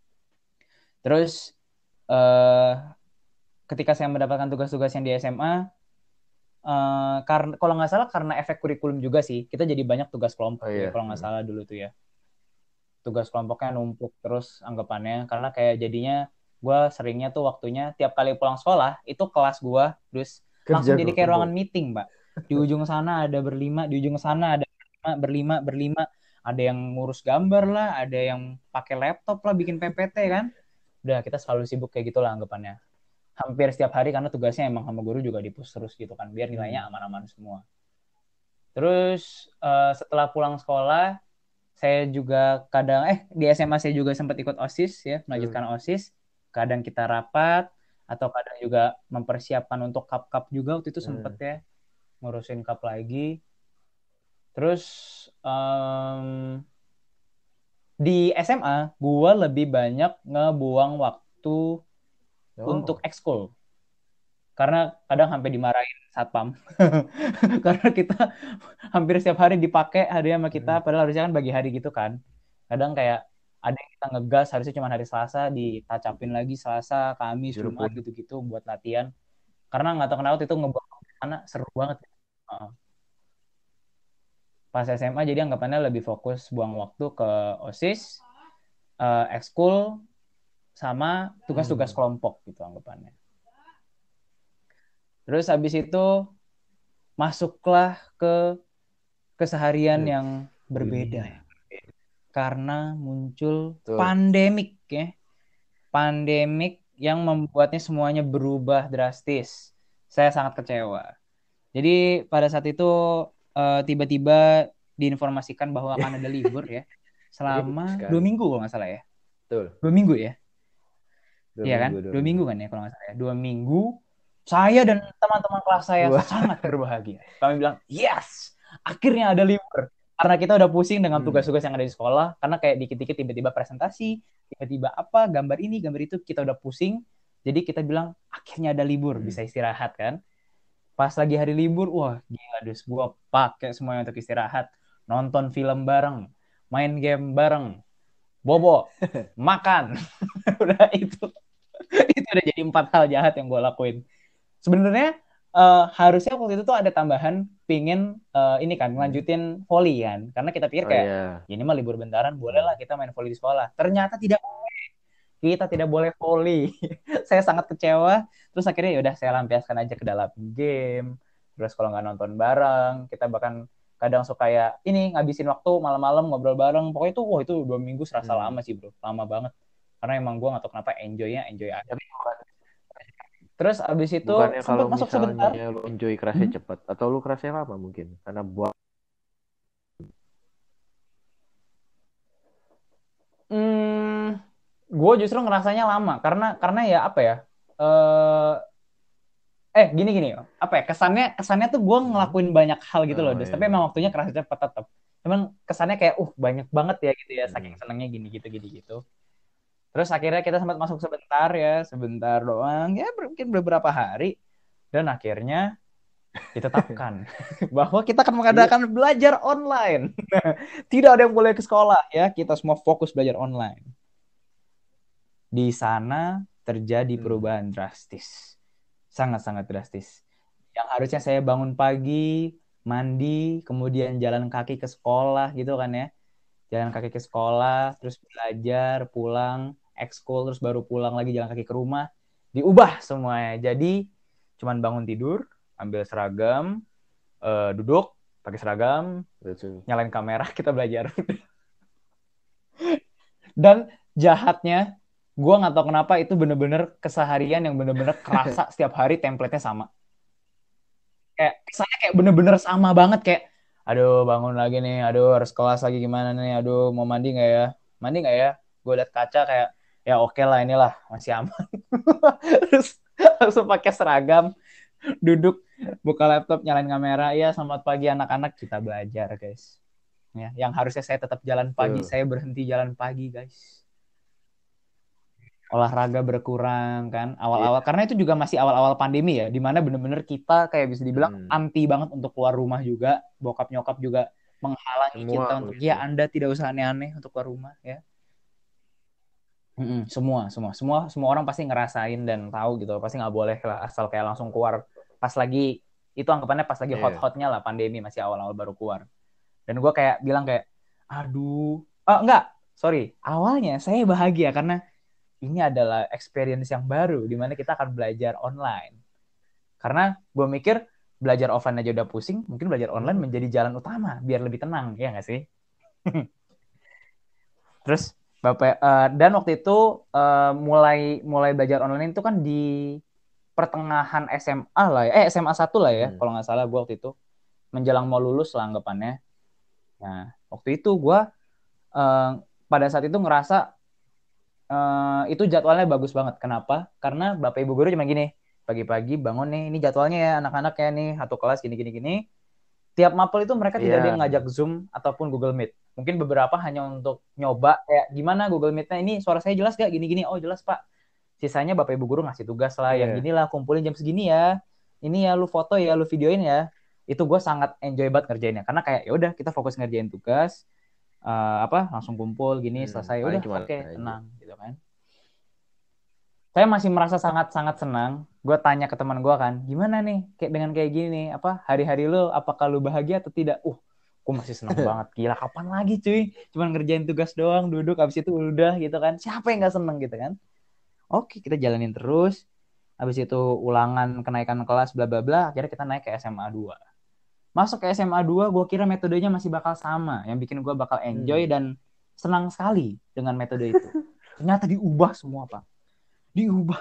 Terus uh, ketika saya mendapatkan tugas-tugas yang di S M A, uh, karena kalau nggak salah karena efek kurikulum juga sih, kita jadi banyak tugas kelompok oh, ya, iya. Kalau nggak hmm. salah dulu tuh ya. Tugas kelompoknya numpuk terus anggapannya, karena kayak jadinya gue seringnya tuh waktunya tiap kali pulang sekolah, itu kelas gue terus kerja langsung jadi kayak ruangan meeting, Mbak. Di ujung sana ada berlima, di ujung sana ada berlima, berlima, berlima. Ada yang ngurus gambar lah, ada yang pakai laptop lah, bikin P P T kan. Udah, kita selalu sibuk kayak gitu lah anggapannya. Hampir setiap hari karena tugasnya emang sama guru juga di-push terus gitu kan, biar nilainya aman-aman semua. Terus uh, setelah pulang sekolah, saya juga kadang, eh di S M A saya juga sempat ikut OSIS ya, melanjutkan OSIS. Kadang kita rapat, atau kadang juga mempersiapkan untuk cup-cup juga waktu itu sempat ya, ngurusin cup lagi. Terus um, di S M A, gue lebih banyak ngebuang waktu oh. untuk ekskul. Karena kadang sampai dimarahin satpam. Karena kita hampir setiap hari dipakai hari sama kita, padahal harusnya kan bagi hari gitu kan. Kadang kayak ada yang kita ngegas, harusnya cuma hari Selasa, ditacapin lagi Selasa, Kamis, Jumat gitu-gitu buat latihan. Karena nggak tahu kenapa itu ngebuang karena seru banget. Pas S M A jadi anggapannya lebih fokus buang waktu ke OSIS, uh, ekskul, sama tugas-tugas hmm. kelompok gitu anggapannya. Terus habis itu masuklah ke keseharian yang berbeda. Karena muncul Tuh. pandemik ya. Pandemik yang membuatnya semuanya berubah drastis. Saya sangat kecewa. Jadi pada saat itu uh, tiba-tiba diinformasikan bahwa akan ada libur ya. Selama dua minggu kalau nggak salah ya. Betul. Dua minggu ya. Iya kan? Dua, dua minggu kan ya kalau nggak salah ya. Dua minggu. Saya dan teman-teman kelas saya Wah. sangat berbahagia. Kami bilang, yes, akhirnya ada libur. Karena kita udah pusing dengan tugas-tugas yang ada di sekolah. Karena kayak dikit-dikit tiba-tiba presentasi, tiba-tiba apa, gambar ini, gambar itu, kita udah pusing. Jadi kita bilang, akhirnya ada libur, hmm. bisa istirahat kan. Pas lagi hari libur, wah gila dus, gue pakai semuanya untuk istirahat. Nonton film bareng, main game bareng, bobo, makan. Udah itu. Itu udah jadi empat hal jahat yang gue lakuin. Sebenarnya uh, harusnya waktu itu tuh ada tambahan pingin uh, ini kan ngelanjutin volley kan, karena kita pikir kayak oh, yeah. ya ini mah libur bentaran boleh lah kita main volley di sekolah. Ternyata tidak boleh, kita tidak boleh volley. Saya sangat kecewa. Terus akhirnya ya udah saya lampiaskan aja ke dalam game. Terus kalau nggak nonton bareng, kita bahkan kadang suka ya ini ngabisin waktu malam-malam ngobrol bareng. Pokoknya itu wah itu dua minggu serasa hmm. lama sih bro, lama banget. Karena emang gue nggak tahu kenapa enjoy-nya enjoy aja. Terus abis itu bukannya sempat masuk sebentar. Lu enjoy kerasnya hmm? cepat atau lu kerasnya lama mungkin karena buat. Hmm, gue justru ngerasanya lama karena karena ya apa ya? Uh, eh gini gini apa ya kesannya kesannya tuh gue ngelakuin hmm. banyak hal gitu oh, loh. Iya. Tapi emang waktunya kerasa cepat tetap. Emang kesannya kayak uh banyak banget ya gitu ya saking senengnya gini gitu gini gitu. Terus akhirnya kita sempat masuk sebentar ya, sebentar doang, ya mungkin beberapa hari. Dan akhirnya ditetapkan bahwa kita akan Iya. mengadakan belajar online. Tidak ada yang boleh ke sekolah ya, kita semua fokus belajar online. Di sana terjadi Hmm. perubahan drastis. Sangat-sangat drastis. Yang harusnya saya bangun pagi, mandi, kemudian jalan kaki ke sekolah gitu kan ya. Jalan kaki ke sekolah, terus belajar, pulang, ekskul, terus baru pulang lagi jalan kaki ke rumah. Diubah semuanya. Jadi cuman bangun tidur, ambil seragam, eh, duduk, pakai seragam, Betul. nyalain kamera, kita belajar. Dan jahatnya, gue nggak tahu kenapa itu bener-bener keseharian yang bener-bener kerasa setiap hari template-nya sama. Kayak kesannya kayak bener-bener sama banget kayak, aduh bangun lagi nih, aduh harus kelas lagi gimana nih, aduh mau mandi nggak ya, mandi nggak ya, gue liat kaca kayak, ya oke lah inilah masih aman. Terus langsung pakai seragam, duduk, buka laptop, nyalain kamera, ya selamat pagi anak-anak, kita belajar guys. Ya, yang harusnya saya tetap jalan pagi, Tuh. saya berhenti jalan pagi guys. Olahraga berkurang kan Iya. awal-awal karena itu juga masih awal-awal pandemi ya, dimana bener-bener kita kayak bisa dibilang Hmm. anti banget untuk keluar rumah juga, bokap nyokap juga menghalangi Semua kita untuk ya begitu. Anda tidak usah aneh-aneh untuk keluar rumah ya. Mm-mm, semua semua semua semua orang pasti ngerasain dan tahu gitu, pasti nggak boleh lah asal kayak langsung keluar pas lagi itu, anggapannya pas lagi Iya. hot-hotnya lah pandemi, masih awal-awal baru keluar. Dan gue kayak bilang kayak, aduh, oh enggak, sorry, awalnya saya bahagia karena ini adalah experience yang baru di mana kita akan belajar online. Karena gue mikir belajar offline aja udah pusing, mungkin belajar online Hmm. menjadi jalan utama biar lebih tenang, ya nggak sih? Terus Bapak uh, dan waktu itu uh, mulai mulai belajar online itu kan di pertengahan S M A lah ya, eh S M A satu lah ya, Hmm. kalau nggak salah gue waktu itu menjelang mau lulus lah anggapannya. Nah, waktu itu gue uh, pada saat itu ngerasa uh, itu jadwalnya bagus banget. Kenapa? Karena bapak ibu guru cuma gini, pagi-pagi bangun nih, ini jadwalnya ya anak-anak ya nih, satu kelas gini-gini gini. Tiap mapel itu mereka tidak ada Iya. yang ngajak Zoom ataupun Google Meet. Mungkin beberapa hanya untuk nyoba kayak gimana Google Meet-nya ini, suara saya jelas gak gini-gini. Oh jelas Pak. Sisanya bapak ibu guru ngasih tugas lah, yang Iya. gini lah kumpulin jam segini ya. Ini ya lu foto ya, lu videoin ya. Itu gue sangat enjoy banget ngerjainnya karena kayak ya udah kita fokus ngerjain tugas, uh, apa langsung kumpul gini Hmm. selesai Paling udah cuma oke okay, aja. tenang gitu kan. Saya masih merasa sangat-sangat senang. Gue tanya ke teman gue kan, gimana nih kayak dengan kayak gini nih, apa hari-hari lo, apakah lo bahagia atau tidak? Uh, gue masih senang banget. Gila, kapan lagi cuy? Cuman ngerjain tugas doang, duduk, habis itu udah gitu kan. Siapa yang nggak seneng gitu kan? Oke, kita jalanin terus. Habis itu ulangan kenaikan kelas, bla bla bla. Akhirnya kita naik ke S M A dua. Masuk ke S M A dua, gue kira metodenya masih bakal sama. Yang bikin gue bakal enjoy Hmm. dan senang sekali dengan metode itu. Ternyata diubah semua, Pak. Diubah.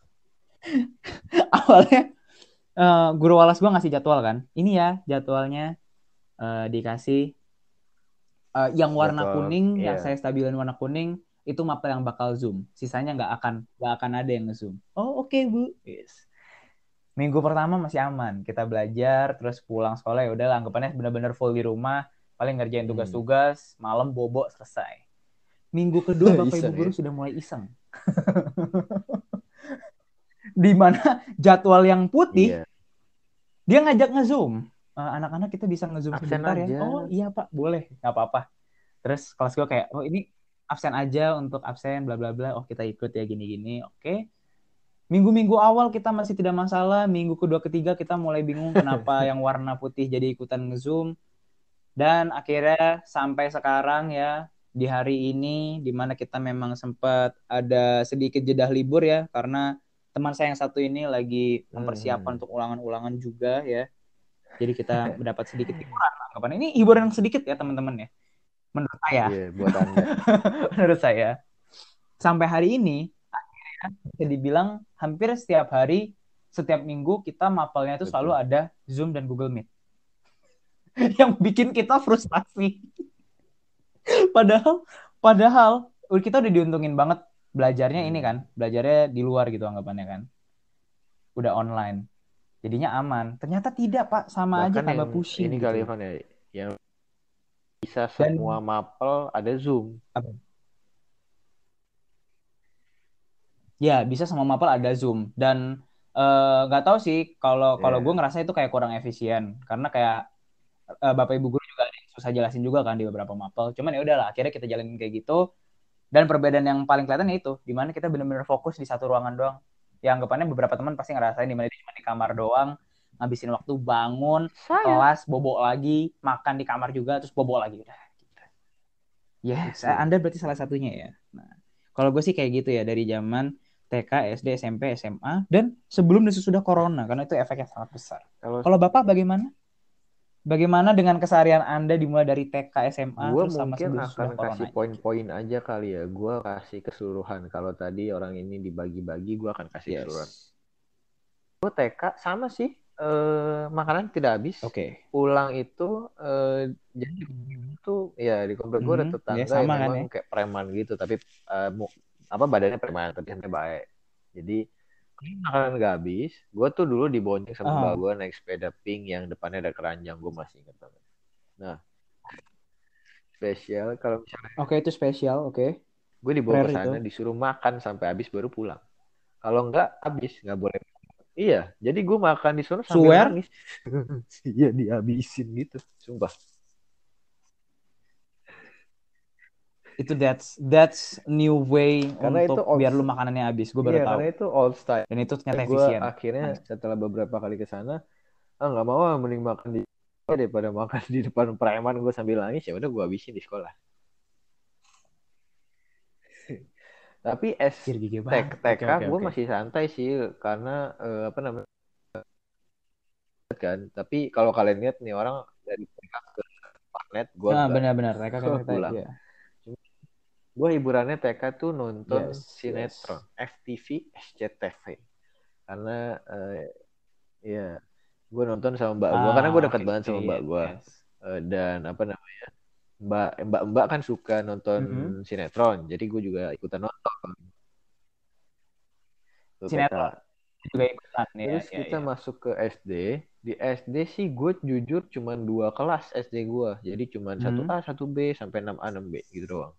Awalnya uh, guru walas gue ngasih jadwal kan, ini ya jadwalnya, uh, dikasih uh, yang warna Jadwal. kuning, yang saya Iya. stabilin warna kuning itu mapel yang bakal zoom, sisanya nggak akan nggak akan ada yang ngezoom. Oh oke okay, bu, yes. Minggu pertama masih aman, kita belajar terus pulang sekolah ya udah anggapannya benar-benar full di rumah, paling ngerjain Hmm. tugas-tugas, malam bobo selesai. Minggu kedua bapak ibu Iseng guru ya. sudah mulai iseng. Di mana jadwal yang putih Iya. dia ngajak nge-zoom. Uh, anak-anak kita bisa nge-zoom Absen sebentar ya. Oh aja. iya pak, boleh, nggak apa-apa. Terus kelas gue kayak, oh ini absen aja untuk absen, bla bla bla. Oh kita ikut ya gini-gini. Oke. Minggu-minggu awal kita masih tidak masalah. Minggu kedua ketiga kita mulai bingung kenapa yang warna putih jadi ikutan nge-zoom. Dan akhirnya sampai sekarang ya, di hari ini di mana kita memang sempat ada sedikit jeda libur ya, karena teman saya yang satu ini lagi Hmm. mempersiapkan untuk ulangan-ulangan juga ya. Jadi kita mendapat sedikit hiburan. Anggapan ini hiburan yang sedikit ya teman-teman ya. Menurut saya. Iya, buat Anda. Menurut saya. Sampai hari ini bisa dibilang hampir setiap hari, setiap minggu kita mapelnya itu selalu Betul. ada Zoom dan Google Meet. Yang bikin kita frustasi. Padahal padahal kita udah diuntungin banget belajarnya ini Hmm. kan. Belajarnya di luar gitu anggapannya kan. Udah online. Jadinya aman. Ternyata tidak, Pak. Sama aja Bahkan yang tambah pusing ini gitu kali loh. Van ya, yang bisa semua Dan mapel ada Zoom. apa? Ya, bisa sama Mapel ada Zoom dan eh, nggak tahu sih kalau kalau gue Ya. ngerasa itu kayak kurang efisien karena kayak eh, Bapak Ibu guru juga ada yang susah jelasin juga kan di beberapa Mapel. Cuman ya udahlah, akhirnya kita jalanin kayak gitu. Dan perbedaan yang paling kelihatan itu di mana kita benar-benar fokus di satu ruangan doang. Yang anggapannya beberapa teman pasti ngerasain di mana dia cuma di kamar doang, ngabisin waktu bangun, Saya kelas, bobo lagi, makan di kamar juga, terus bobo lagi. Udah. Yes, itu. Anda berarti salah satunya ya. Nah, kalau gue sih kayak gitu ya dari zaman T K, S D, S M P, S M A dan sebelum dan sesudah corona karena itu efeknya sangat besar. Kalau Kalau Bapak bagaimana? Bagaimana dengan keseharian Anda dimulai dari T K, S M A gue terus sama mungkin sebelum akan sesudah kasih coronanya gitu. poin-poin aja kali ya. Gue kasih keseluruhan. Kalau tadi orang ini dibagi-bagi, gue akan kasih keseluruhan. Yes. Gue T K sama sih. Eh, makanan tidak habis. Oke. Okay. Pulang itu eh, jadi itu ya di komplek gue ada Mm-hmm. Ya tetangga yang sama kan memang ya. kayak preman gitu. Tapi eh, apa badannya preman tapi santai baik. Jadi makanan gak habis. Gue tuh dulu dibonceng sama mbak Oh. gue naik sepeda pink yang depannya ada keranjang. Gue masih inget banget. Nah, spesial kalau misalnya Oke, okay, itu spesial, oke. Okay. gue dibawa ke Rare itu. sana disuruh makan sampai habis baru pulang. Kalau enggak habis nggak boleh. Iya, jadi gue makan di sana sambil Swear nangis. Iya dihabisin gitu, sumpah. itu that's that's new way Karena itu untuk old, biar lu makanannya habis. Gue iya baru tahu. karena itu old style. Dan itu ternyata Gue efisien. akhirnya Nice. setelah beberapa kali ke sana, ah nggak mau ah, mending makan di daripada makan di depan preman gue sambil nangis ya udah gue habisin di sekolah. Tapi S Kir gigi T banget. Oke, T K oke, gue oke. masih santai sih karena eh, apa namanya kan. Tapi kalau kalian lihat nih orang dari T K ke warnet, gue Nah, enggak, benar-benar. Mereka kan gue kita, pulang. ya. Gue hiburannya T K tuh nonton Yes, sinetron yes. F T V S C T V karena eh, ya gue nonton sama mbak gue karena gue Ah, dekat oke. banget sama mbak Yes, gue. yes. Eh, dan apa namanya mbak mbak mbak kan suka nonton Mm-hmm. sinetron jadi gue juga ikutan nonton tuh Sinetron T K. juga ikutan. Ya, Terus ya, kita ya. masuk ke S D. Di S D sih gue jujur cuma dua kelas S D gue jadi cuma satu Hmm. A satu B sampai enam A enam B gitu doang.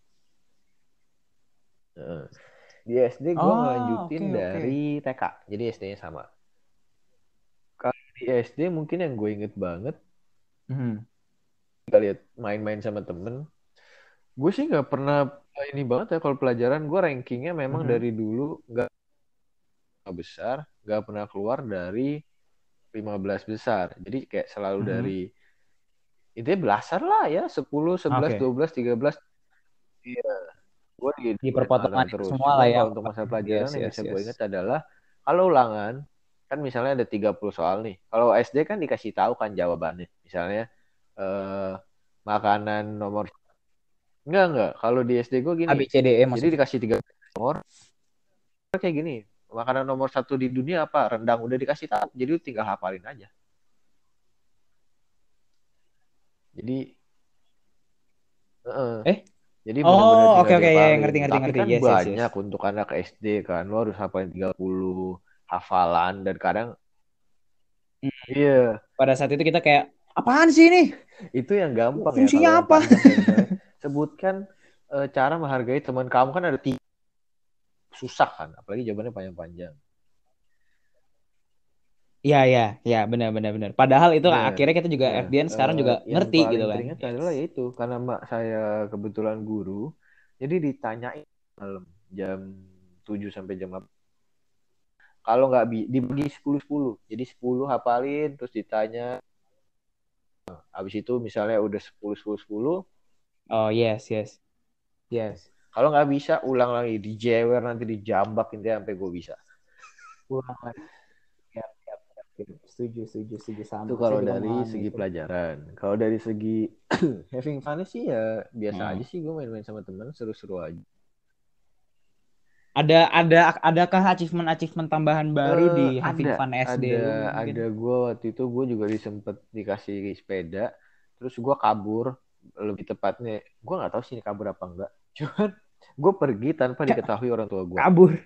Heeh. Di S D gue Oh, ngelanjutin oke, oke. dari T K jadi S D-nya sama. Kalau di S D mungkin yang gue inget banget Hmm. kita lihat main-main sama temen. Gue sih nggak pernah ini banget ya kalau pelajaran gue rankingnya memang Mhm. dari dulu nggak besar, nggak pernah keluar dari lima belas besar. Jadi kayak selalu Mhm. dari itu belasan lah ya, sepuluh, sebelas, Oke. dua belas, tiga belas. Iya, gue di Di dua antara perpotongan itu terus. semua lah Cuman ya. kalau untuk masa Yes, pelajaran yang yes, bisa gue yes. ingat adalah kalau ulangan kan misalnya ada tiga puluh soal nih. Kalau S D kan dikasih tahu kan jawabannya. Misalnya eh, makanan nomor enggak enggak. Kalau di S D gue A gini. B C D E Jadi maksudnya. dikasih tiga nomor kayak gini. Makanan nomor satu di dunia apa? Rendang udah dikasih tahu. Jadi lu tinggal hafalin aja. Jadi uh, Eh? jadi benar-benar Oh, oke, tinggal oke, ya, ya, dihafalin. ngerti, ngerti, Tapi ngerti. kan Yes, yes, yes. banyak untuk anak S D kan. Lu harus hafalin tiga puluh hafalan dan kadang Hmm. iya, Pada saat itu kita kayak, apaan sih ini? itu yang gampang ya. Kalau Fungsinya yang apa? panjang kayak misalnya sebutkan uh, cara menghargai teman kamu kan ada tiga susah kan, apalagi jawabannya panjang-panjang. Iya, iya, iya, benar, benar, benar. Padahal itu Nah, akhirnya kita juga nah F D N sekarang eh, juga yang ngerti paling gitu kan. teringat Yes. adalah yaitu karena mak saya kebetulan guru, jadi ditanyain malam jam tujuh sampai jam delapan. Kalau nggak bi- dibagi sepuluh sepuluh, jadi sepuluh hafalin, terus ditanya, habis itu misalnya udah sepuluh sepuluh sepuluh, Oh, yes, yes, yes. kalau nggak bisa ulang lagi, dijewer nanti dijambak intinya sampai gue bisa. Pulang lagi. Yap, yap, yap, yap. Setuju, setuju, setuju. Itu Sama. Saya kalau juga dari mengalami segi itu. pelajaran. Kalau dari segi having fun sih ya biasa aja Hmm. sih gue main-main sama teman seru-seru aja. Ada ada adakah achievement-achievement tambahan baru Eh di ada, Having Fun S D ada, lu mungkin? ada gue waktu itu gue juga disempet dikasih sepeda, terus gue kabur, lebih tepatnya gue nggak tahu sih ini kabur apa enggak, cuman gue pergi tanpa diketahui orang tua gue. Kabur.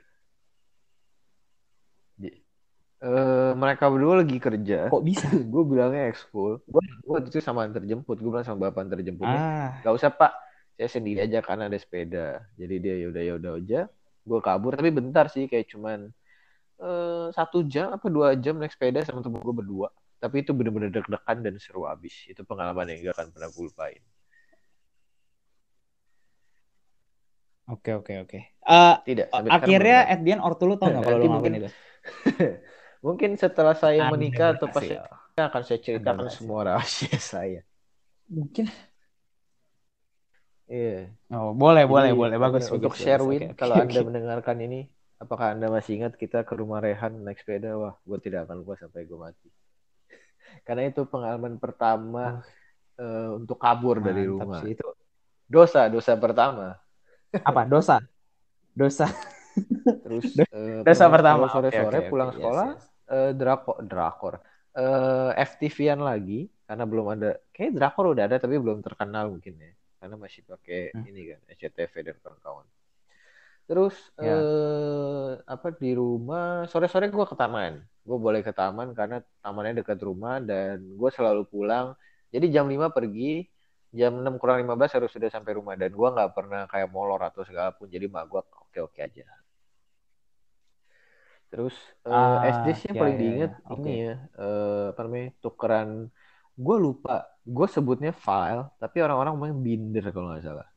Eh mereka berdua lagi kerja, Kok bisa? gue bilangnya ekskul, gue waktu itu sama antar jemput, gue bilang sama bapak antar jemputnya, Ah, nggak usah pak, saya sendiri aja karena ada sepeda, jadi dia yaudah yaudah aja, gue kabur tapi bentar sih, kayak cuman eh, satu jam apa dua jam naik sepeda sama temen gue berdua. Tapi itu bener-bener deg-degan dan seru abis. Itu pengalaman yang gak akan pernah gue lupain. Oke oke oke. Eh Tidak, sampai sekarang belum akhirnya dapat. at the end ortu lu tau nggak kalau Nanti lu mungkin ngelakuin itu? mungkin setelah saya Anda menikah atau pas berhasil. saya akan saya Anda ceritakan berhasil. semua rahasia saya. Mungkin. Iya. Oh, boleh, Jadi boleh, boleh. ini Bagus, untuk bagus, bagus. Oke, Sherwin, oke, kalau Anda oke. mendengarkan ini, apakah Anda masih ingat kita ke rumah Rehan naik sepeda? Wah, gue tidak akan lupa sampai gue mati. Karena itu pengalaman pertama Oh, eh, untuk kabur dari mantap rumah. sih. Itu dosa, dosa pertama. Apa? Dosa. Dosa. Terus eh, apa Dosa namanya? Kalau pertama. Oke, oke, sore-sore oke. pulang Yes, sekolah yes. eh, drakor, drakor. Eh, F T V-an lagi karena belum ada. Kayak drakor udah ada tapi belum terkenal mungkin ya. Karena masih pakai Hmm. ini kan, S C T V dan kawan-kawan. Terus Ya. eh, apa di rumah sore-sore gue ke taman. Gue boleh ke taman karena tamannya dekat rumah dan gue selalu pulang. Jadi jam lima pergi, jam enam kurang lima belas harus sudah sampai rumah dan gue nggak pernah kayak molor atau segala pun. Jadi mah gue oke-oke aja. Terus eh, S D Ah, sih yang ya, paling ya, diinget ya. ini Oke. ya, eh, apa namanya, tukeran. Gue lupa, gue sebutnya file, tapi orang-orang main binder kalau nggak salah.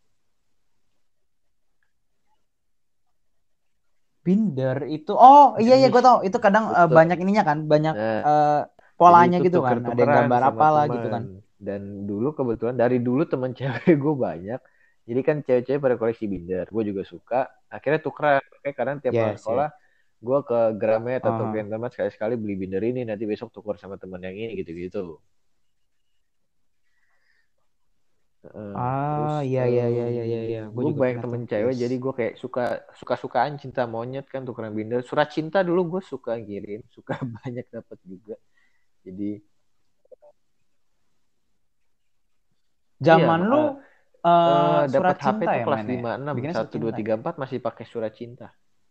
Binder itu. Oh, iya, iya, gue Jenis tahu. Itu kadang eh, banyak betul. ininya kan. Banyak Nah, eh, jadi polanya itu gitu kan. Ada yang tuker-tukeran gambar sama apalah gitu teman. kan. Dan dulu kebetulan dari dulu temen cewek gue banyak. Jadi kan cewek-cewek pada koleksi binder. Gue juga suka. Akhirnya tukeran. Oke, karena tiap pulang Yes, sekolah yes. gue ke Gramet atau ke Aha. Intermart sekali-sekali beli binder ini. Nanti besok tuker sama teman yang ini gitu-gitu. Heeh. Terus Ah, iya, iya, iya, iya, iya, iya. Gue gue juga banyak pernah tuh. temen cewek Yes. jadi gue kayak suka suka sukaan cinta monyet kan tukeran binder. Surat cinta dulu gue suka ngirim, suka banyak dapat juga. Jadi iya, Zaman lu uh, eh, uh, dapat surat H P cinta tuh ya kelas mainnya ya? lima enam Bikinnya surat satu dua cinta ya? tiga empat masih pakai surat cinta.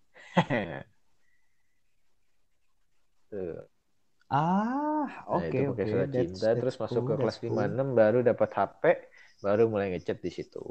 Tuh. Ah, Nah, oke, itu pakai oke. surat That's cinta terus that's masuk cool, ke kelas that's lima cool. enam baru dapat H P, baru mulai ngechat di situ.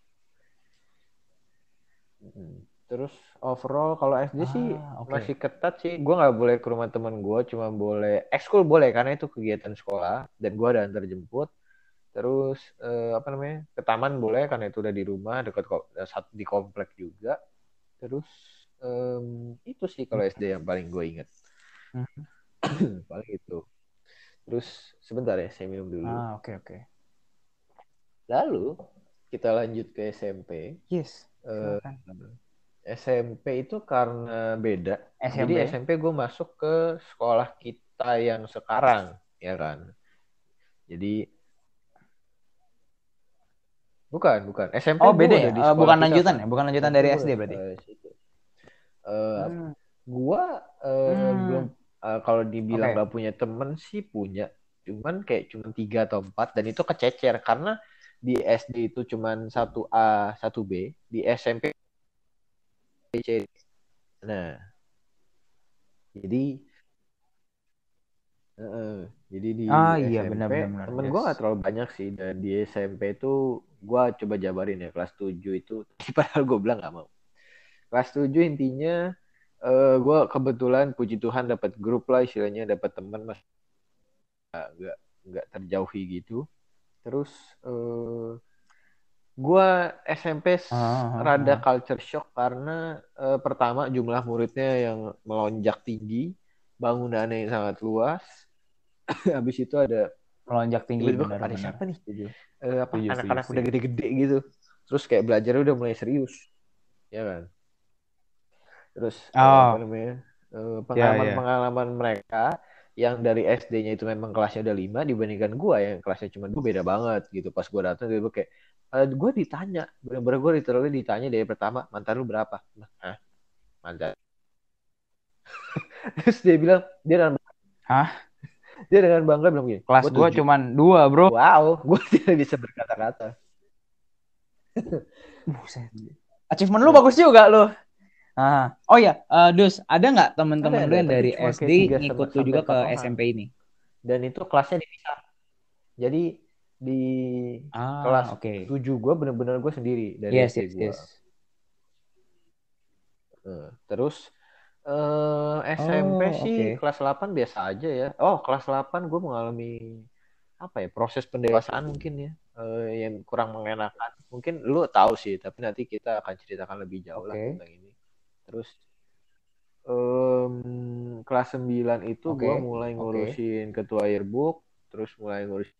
Hmm. Terus overall kalau S D sih Ah, masih oke. ketat sih. Gue nggak boleh ke rumah teman gue, cuma boleh ekskul boleh karena itu kegiatan sekolah dan gue ada antar jemput. Terus eh, apa namanya, ke taman boleh karena itu udah di rumah dekat kok, di komplek juga. Terus em, itu sih kalau S D yang paling gue inget. Mhm. Paling itu. Terus sebentar ya, saya minum dulu. Ah, oke, oke. Lalu kita lanjut ke S M P. Yes, Eh, silakan. S M P itu karena beda. Jadi S M P. S M P gue masuk ke sekolah kita yang sekarang, ya kan? Jadi bukan, bukan. S M P Oh, gue beda ya? udah di Eh, sekolah bukan kita lanjutan kan. ya? Bukan lanjutan S M P dari gue S D udah berarti? uh, situ. Uh, Hmm. gue uh, belum Hmm. uh, kalau dibilang Oke. gak punya temen sih punya. Cuman kayak cuma tiga atau empat dan itu kececer karena di S D itu cuman satu A, satu B, di S M P C. Nah, jadi Heeh. Jadi di Ah, iya, S M P benar, benar, benar. temen gue Yes. gak terlalu banyak sih dan di S M P itu gue coba jabarin ya kelas tujuh itu padahal gue bilang gak mau. Kelas tujuh intinya eh gue kebetulan puji Tuhan dapat grup lah istilahnya, dapat teman mas nggak nggak terjauhi gitu. Terus eh gue S M P Ah, ah, rada ah. culture shock karena eh, pertama jumlah muridnya yang melonjak tinggi, bangunannya yang sangat luas. Habis itu ada Melonjak tinggi, tiba-tiba benar, ada benar. siapa nih, Setuju. eh, apa Setuju, setuju, anak-anak udah setuju. gede-gede gitu, terus kayak belajarnya udah mulai serius, ya kan. Terus eh, apa Oh, namanya, eh, ya, ya. pengalaman-pengalaman mereka yang dari S D-nya itu memang kelasnya udah lima dibandingkan gua yang kelasnya cuma dua, beda banget gitu. Pas gua datang gue kayak eh, gue ditanya, bener-bener gue literally ditanya dari pertama, mantan lu berapa? Nah, mantan. Terus dia bilang, dia dengan Hah? dia dengan bangga bilang gini, Kelas gue gue tujuh. cuman dua, bro. Wow, gue tidak bisa berkata-kata. Buset. Achievement lu Nah, bagus juga lu. Ah. Oh ya, eh, Dus, ada nggak ada temen-temen lu ada yang tapi dari cuma S D kayak tiga ngikut lu sampai juga ke empat orang. S M P ini? Dan itu kelasnya dipisah. Jadi di kelas Ah, oke. tujuh gue bener-bener gue sendiri dari Yes, S D yes, gue. yes. Eh, Terus eh, S M P Oh, sih oke. kelas delapan biasa aja ya. Oh, kelas delapan gue mengalami apa ya, proses pendewasaan mungkin ya, eh, yang kurang mengenakan. Mungkin lu tahu sih, tapi nanti kita akan ceritakan lebih jauh lah Oke. tentang ini. Terus em, kelas sembilan itu gue Oke. mulai Oke. ngurusin ketua yearbook, terus mulai ngurus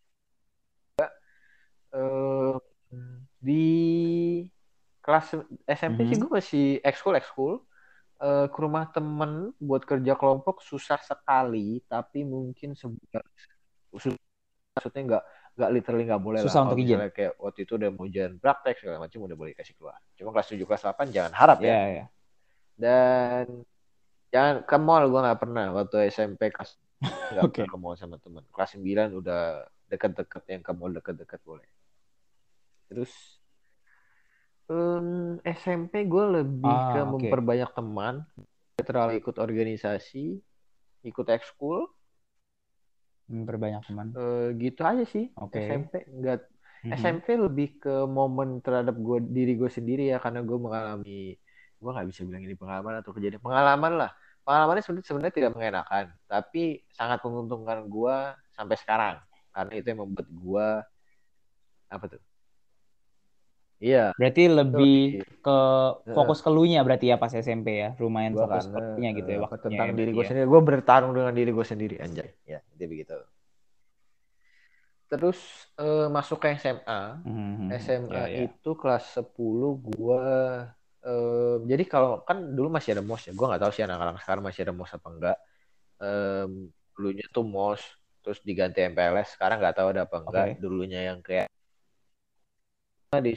eh, di kelas S M P sih Mhm. gue masih ekskul ekskul. Eh, ke rumah temen buat kerja kelompok susah sekali, tapi mungkin sebulan susah, maksudnya nggak nggak literally nggak boleh lah. Susah Kalau untuk izin. misalnya kayak waktu itu udah mau jalan praktek segala macam udah boleh kasih keluar. Cuma kelas tujuh kelas delapan jangan harap ya. Ya, ya. Dan jangan ke mall, gue nggak pernah waktu S M P kelas nggak pernah Oke. ke mall sama temen. Kelas sembilan udah deket-deket, yang ke mall deket-deket boleh. Terus em, S M P gue lebih ke Ah, oke. memperbanyak teman, terlalu ikut organisasi, ikut ekskul. Memperbanyak teman. Eh, gitu aja sih. Oke. S M P nggak, Mhm. S M P lebih ke momen terhadap gue, diri gue sendiri ya, karena gue mengalami, gue nggak bisa bilang ini pengalaman atau kejadian, pengalaman lah. Pengalamannya sebenarnya sebenarnya tidak mengenakan, tapi sangat menguntungkan gue sampai sekarang, karena itu yang membuat gue apa tuh, iya Berarti itu lebih lebih ke eh, fokus ke lunya berarti ya pas S M P ya. Lumayan gue fokus ke karena lunya gitu eh, ya apa, waktunya tentang ya diri berarti gue ya. sendiri, gue bertarung dengan diri gue sendiri, anjay ya, itu begitu. Terus eh, masuk ke S M A. Mhm. S M A Ya, ya. itu kelas sepuluh gua eh, jadi kalau kan dulu masih ada MOS ya. Gua nggak tahu sih anak-anak sekarang masih ada MOS apa enggak. Em, dulunya tuh MOS terus diganti M P L S. Sekarang nggak tahu ada apa enggak. Oke. Dulunya yang kayak di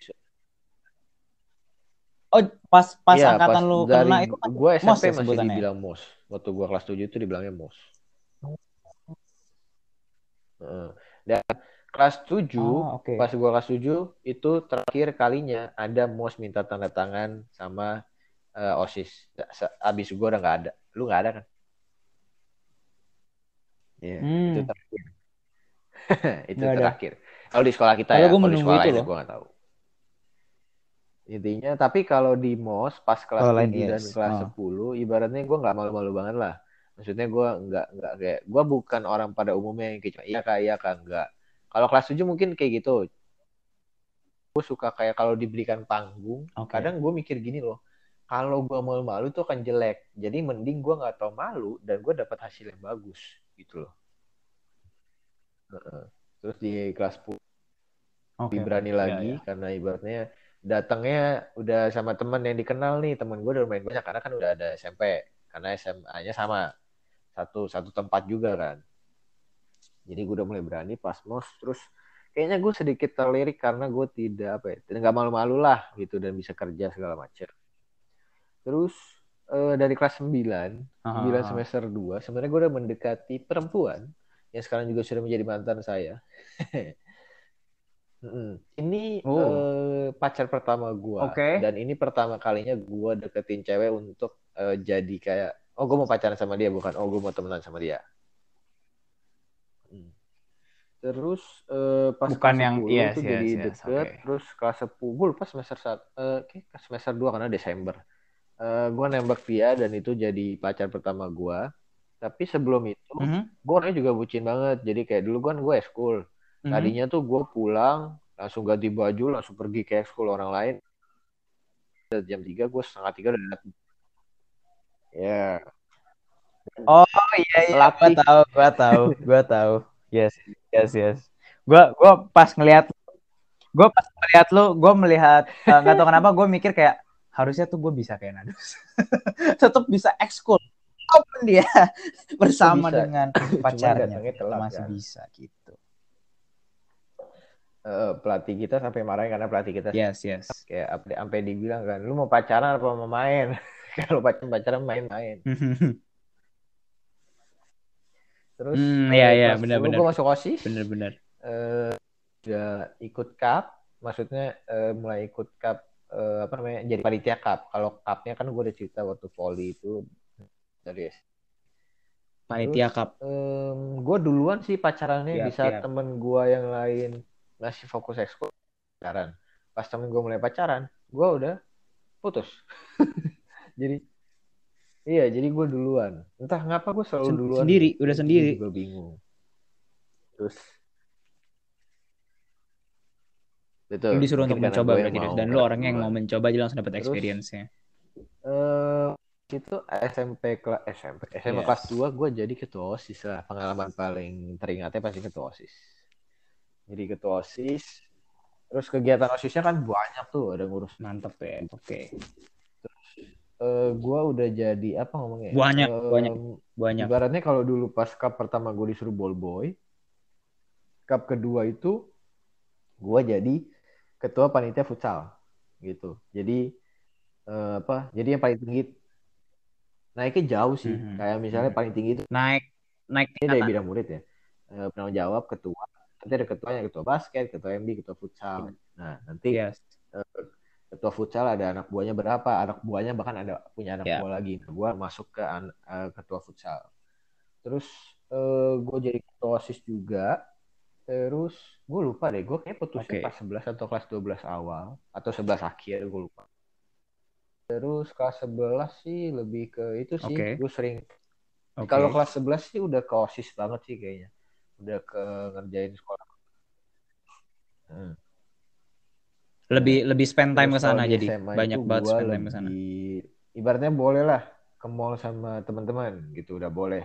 Oh, pas pas iya pas angkatan lu dari kena itu masih gua M O S S M P ya masih sebutannya ya? dibilang MOS. Waktu gua kelas tujuh itu dibilangnya MOS. Heeh. Dan kelas tujuh, Ah, oke. pas gua kelas tujuh itu terakhir kalinya ada MOS minta tanda tangan sama eh, OSIS. Abis gue udah nggak ada. Lu nggak ada kan? Iya, itu Hmm, terakhir. Itu nggak ada. terakhir. Kalau di sekolah kita Padahal ya, gue kalau di menunggu sekolah itu lainnya loh. gue nggak tahu. Intinya, tapi kalau di MOS pas kelas Kalau lain tujuh dan yes. kelas Oh. sepuluh, ibaratnya gue nggak malu-malu banget lah. Maksudnya gue nggak nggak kayak gue bukan orang pada umumnya yang kayak cuma iya kak iya kak nggak. Kalau kelas tujuh mungkin kayak gitu. Gue suka kayak kalau diberikan panggung, Oke. kadang gue mikir gini loh. Kalau gue malu-malu itu akan jelek. Jadi mending gue nggak tau malu dan gue dapat hasil yang bagus gitu loh. Heeh. Terus di kelas sepuluh lebih Oke, oke. berani Ya, lagi ya. karena ibaratnya datangnya udah sama teman yang dikenal nih, teman gue udah main banyak karena kan udah ada S M P, karena S M A-nya sama satu satu tempat juga kan. Jadi gue udah mulai berani pas mos, terus kayaknya gue sedikit terlirik karena gue tidak apa ya, tidak nggak malu-malu lah gitu dan bisa kerja segala macam. Terus eh, dari kelas sembilan sembilan Aha. semester dua sebenarnya gue udah mendekati perempuan yang sekarang juga sudah menjadi mantan saya. Mm-mm. Ini Oh, eh, pacar pertama gua, oke. dan ini pertama kalinya gua deketin cewek untuk eh, jadi kayak oh gue mau pacaran sama dia, bukan oh gue mau temenan sama dia. Mm. Terus eh, pas Bukan kelas yang sepuluh yes, tuh jadi yes, yes. deket, Oke. terus kelas sepuluh gue lupa semester satu, eh, kayak semester dua karena Desember. Eh, gua nembak dia dan itu jadi pacar pertama gua. Tapi sebelum itu Mhm. gue orangnya juga bucin banget. Jadi kayak dulu kan gue ekskul. Mhm. Tadinya tuh gue pulang langsung ganti baju langsung pergi ke ekskul orang lain. Jam tiga gue setengah tiga udah datang. Ya, Oh iya iya, gua pelatih. tahu, gua tahu, gua tahu. Yes, yes, yes. Gua gua pas ngelihat, gua pas ngelihat lu, gua melihat eh, nggak tahu kenapa gua mikir kayak harusnya tuh gue bisa kayak Nadus. Tetap bisa ekskul. Walaupun dia Gue bersama bisa, dengan cuman pacarnya datangnya ternyata telat masih kan. bisa gitu. Eh, pelatih kita sampai marahin karena pelatih kita Yes, yes. kayak sampai sampai dibilang kan, lu mau pacaran apa mau main? Kalau pacaran pacaran main-main. Terus Hmm, ya eh, ya, kelas sepuluh benar-benar gue masuk OSIS. benar-benar. Eh, udah ikut cup, maksudnya eh, mulai ikut cup, eh, apa namanya, jadi panitia cup. Kalau cupnya kan gue udah cerita waktu volley itu dari S. Terus Panitia Cup. em, gue duluan sih pacarannya, di Siap, saat siap. temen gue yang lain masih fokus ekskul pacaran. Pas temen gue mulai pacaran, gue udah putus. Jadi Iya, jadi gue duluan. Entah ngapa gue selalu Sen- duluan sendiri, gitu. udah Gue sendiri. juga bingung. Terus, Lu betul. disuruh Mungkin untuk karena mencoba gue yang berarti, mau dan lu gerak orangnya yang duluan. mau mencoba aja langsung dapat Terus, experience-nya. eh itu S M P kelas S M P S M A kelas Yes. dua gue jadi ketua OSIS lah. Pengalaman paling teringatnya pasti ketua OSIS. Jadi ketua OSIS. Terus kegiatan OSISnya kan banyak tuh. Ada ngurus. Mantap tuh ya. Oke. Eh gue udah jadi apa ngomongnya? Banyak, banyak, Em, banyak. ibaratnya kalau dulu pas cup pertama gue disuruh ball boy. Cup kedua itu gue jadi ketua panitia futsal gitu. Jadi eh, apa? Jadi yang paling tinggi naiknya jauh sih. Mhm, Kayak misalnya mhm. paling tinggi itu Naik, naik ini dari tingkatan. bidang murid ya. Eh, penanggung jawab ketua. Nanti ada ketuanya ketua basket, ketua M D, ketua futsal. Nah nanti Yes. eh, ketua futsal ada anak buahnya berapa? Anak buahnya bahkan ada punya anak Ya. buah lagi. Nah, gue masuk ke an- eh, ketua futsal. Terus eh, gue jadi ketua OSIS juga. Terus gue lupa deh, gue kayak putusnya Oke. kelas sebelas atau kelas dua belas awal. Atau sebelas akhir, gue lupa. Terus kelas sebelas sih lebih ke itu sih. Oke. Gue sering, kalau Oke. kelas sebelas sih udah ke OSIS banget sih kayaknya. Udah ke ngerjain sekolah. Hmm. Nah, Lebih lebih spend time terus ke kalau sana di jadi. S M A itu Banyak banget gue spend time ke sana. lebih, ibaratnya boleh lah ke mall sama teman-teman gitu, udah boleh.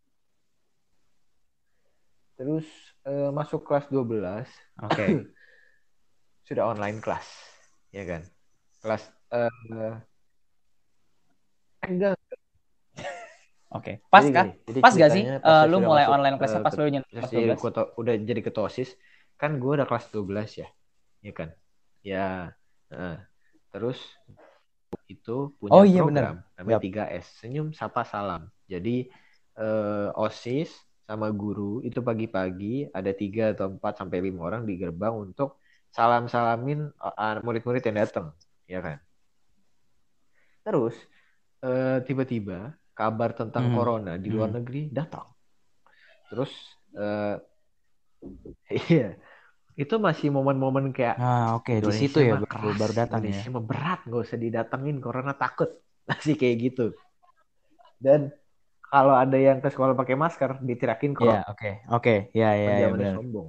Terus eh, masuk kelas dua belas Oke. sudah online kelas, ya kan? Kelas eh, enggak. Oke. Pas Jadi kah? gini, jadi Pas gak sih ceritanya pas eh, saya lu sudah mulai masuk online eh, class-nya pas ke, lu nyentuh saya kelas jadi dua belas? ketua, udah jadi ketua OSIS, kan gue udah kelas dua belas ya, ya kan? Ya, eh, terus itu punya Oh iya bener. program namanya Yap. tiga S, senyum, sapa, salam. Jadi eh, OSIS sama guru itu pagi-pagi ada tiga atau empat sampai lima orang di gerbang untuk salam-salamin eh, murid-murid yang datang, ya kan? Terus eh, tiba-tiba kabar tentang Mhm. corona di luar Mhm. negeri datang. Terus eh, iya, itu masih momen-momen kayak Nah, oke di situ Indonesia ya mah baru keras, baru datang ya. Indonesia mah berat, nggak usah didatengin corona takut, masih kayak gitu. Dan kalau ada yang ke sekolah pakai masker, ditirakin Iya, corona. oke. Oke. Ya, ya, ya Zamannya benar. sombong.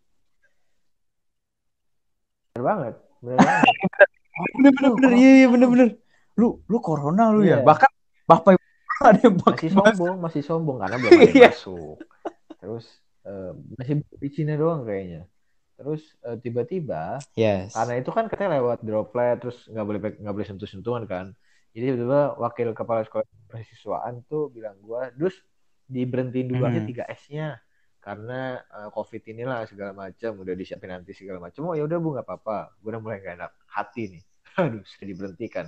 Bener banget, bener banget. Bener bener Lu bener. Iya, corona iya bener lu. bener. Lu lu corona lu ya. Iya, Bahkan bapak ibu ada yang pakai masih masker. sombong, masih sombong karena belum ada yang Iya. masuk. Terus eh, masih di Cina doang kayaknya. Terus eh, tiba-tiba karena Yes. itu kan katanya lewat droplet, terus nggak boleh nggak boleh sentuh-sentuhan kan. Jadi tiba-tiba wakil kepala sekolah persiswaan tuh bilang gua, dus diberhentiin dulu aja Mhm. tiga S-nya karena eh, COVID inilah segala macam udah disiapin nanti segala macam. Oh ya udah bu nggak apa-apa. Gue udah mulai gak enak hati nih. Aduh, sudah diberhentikan.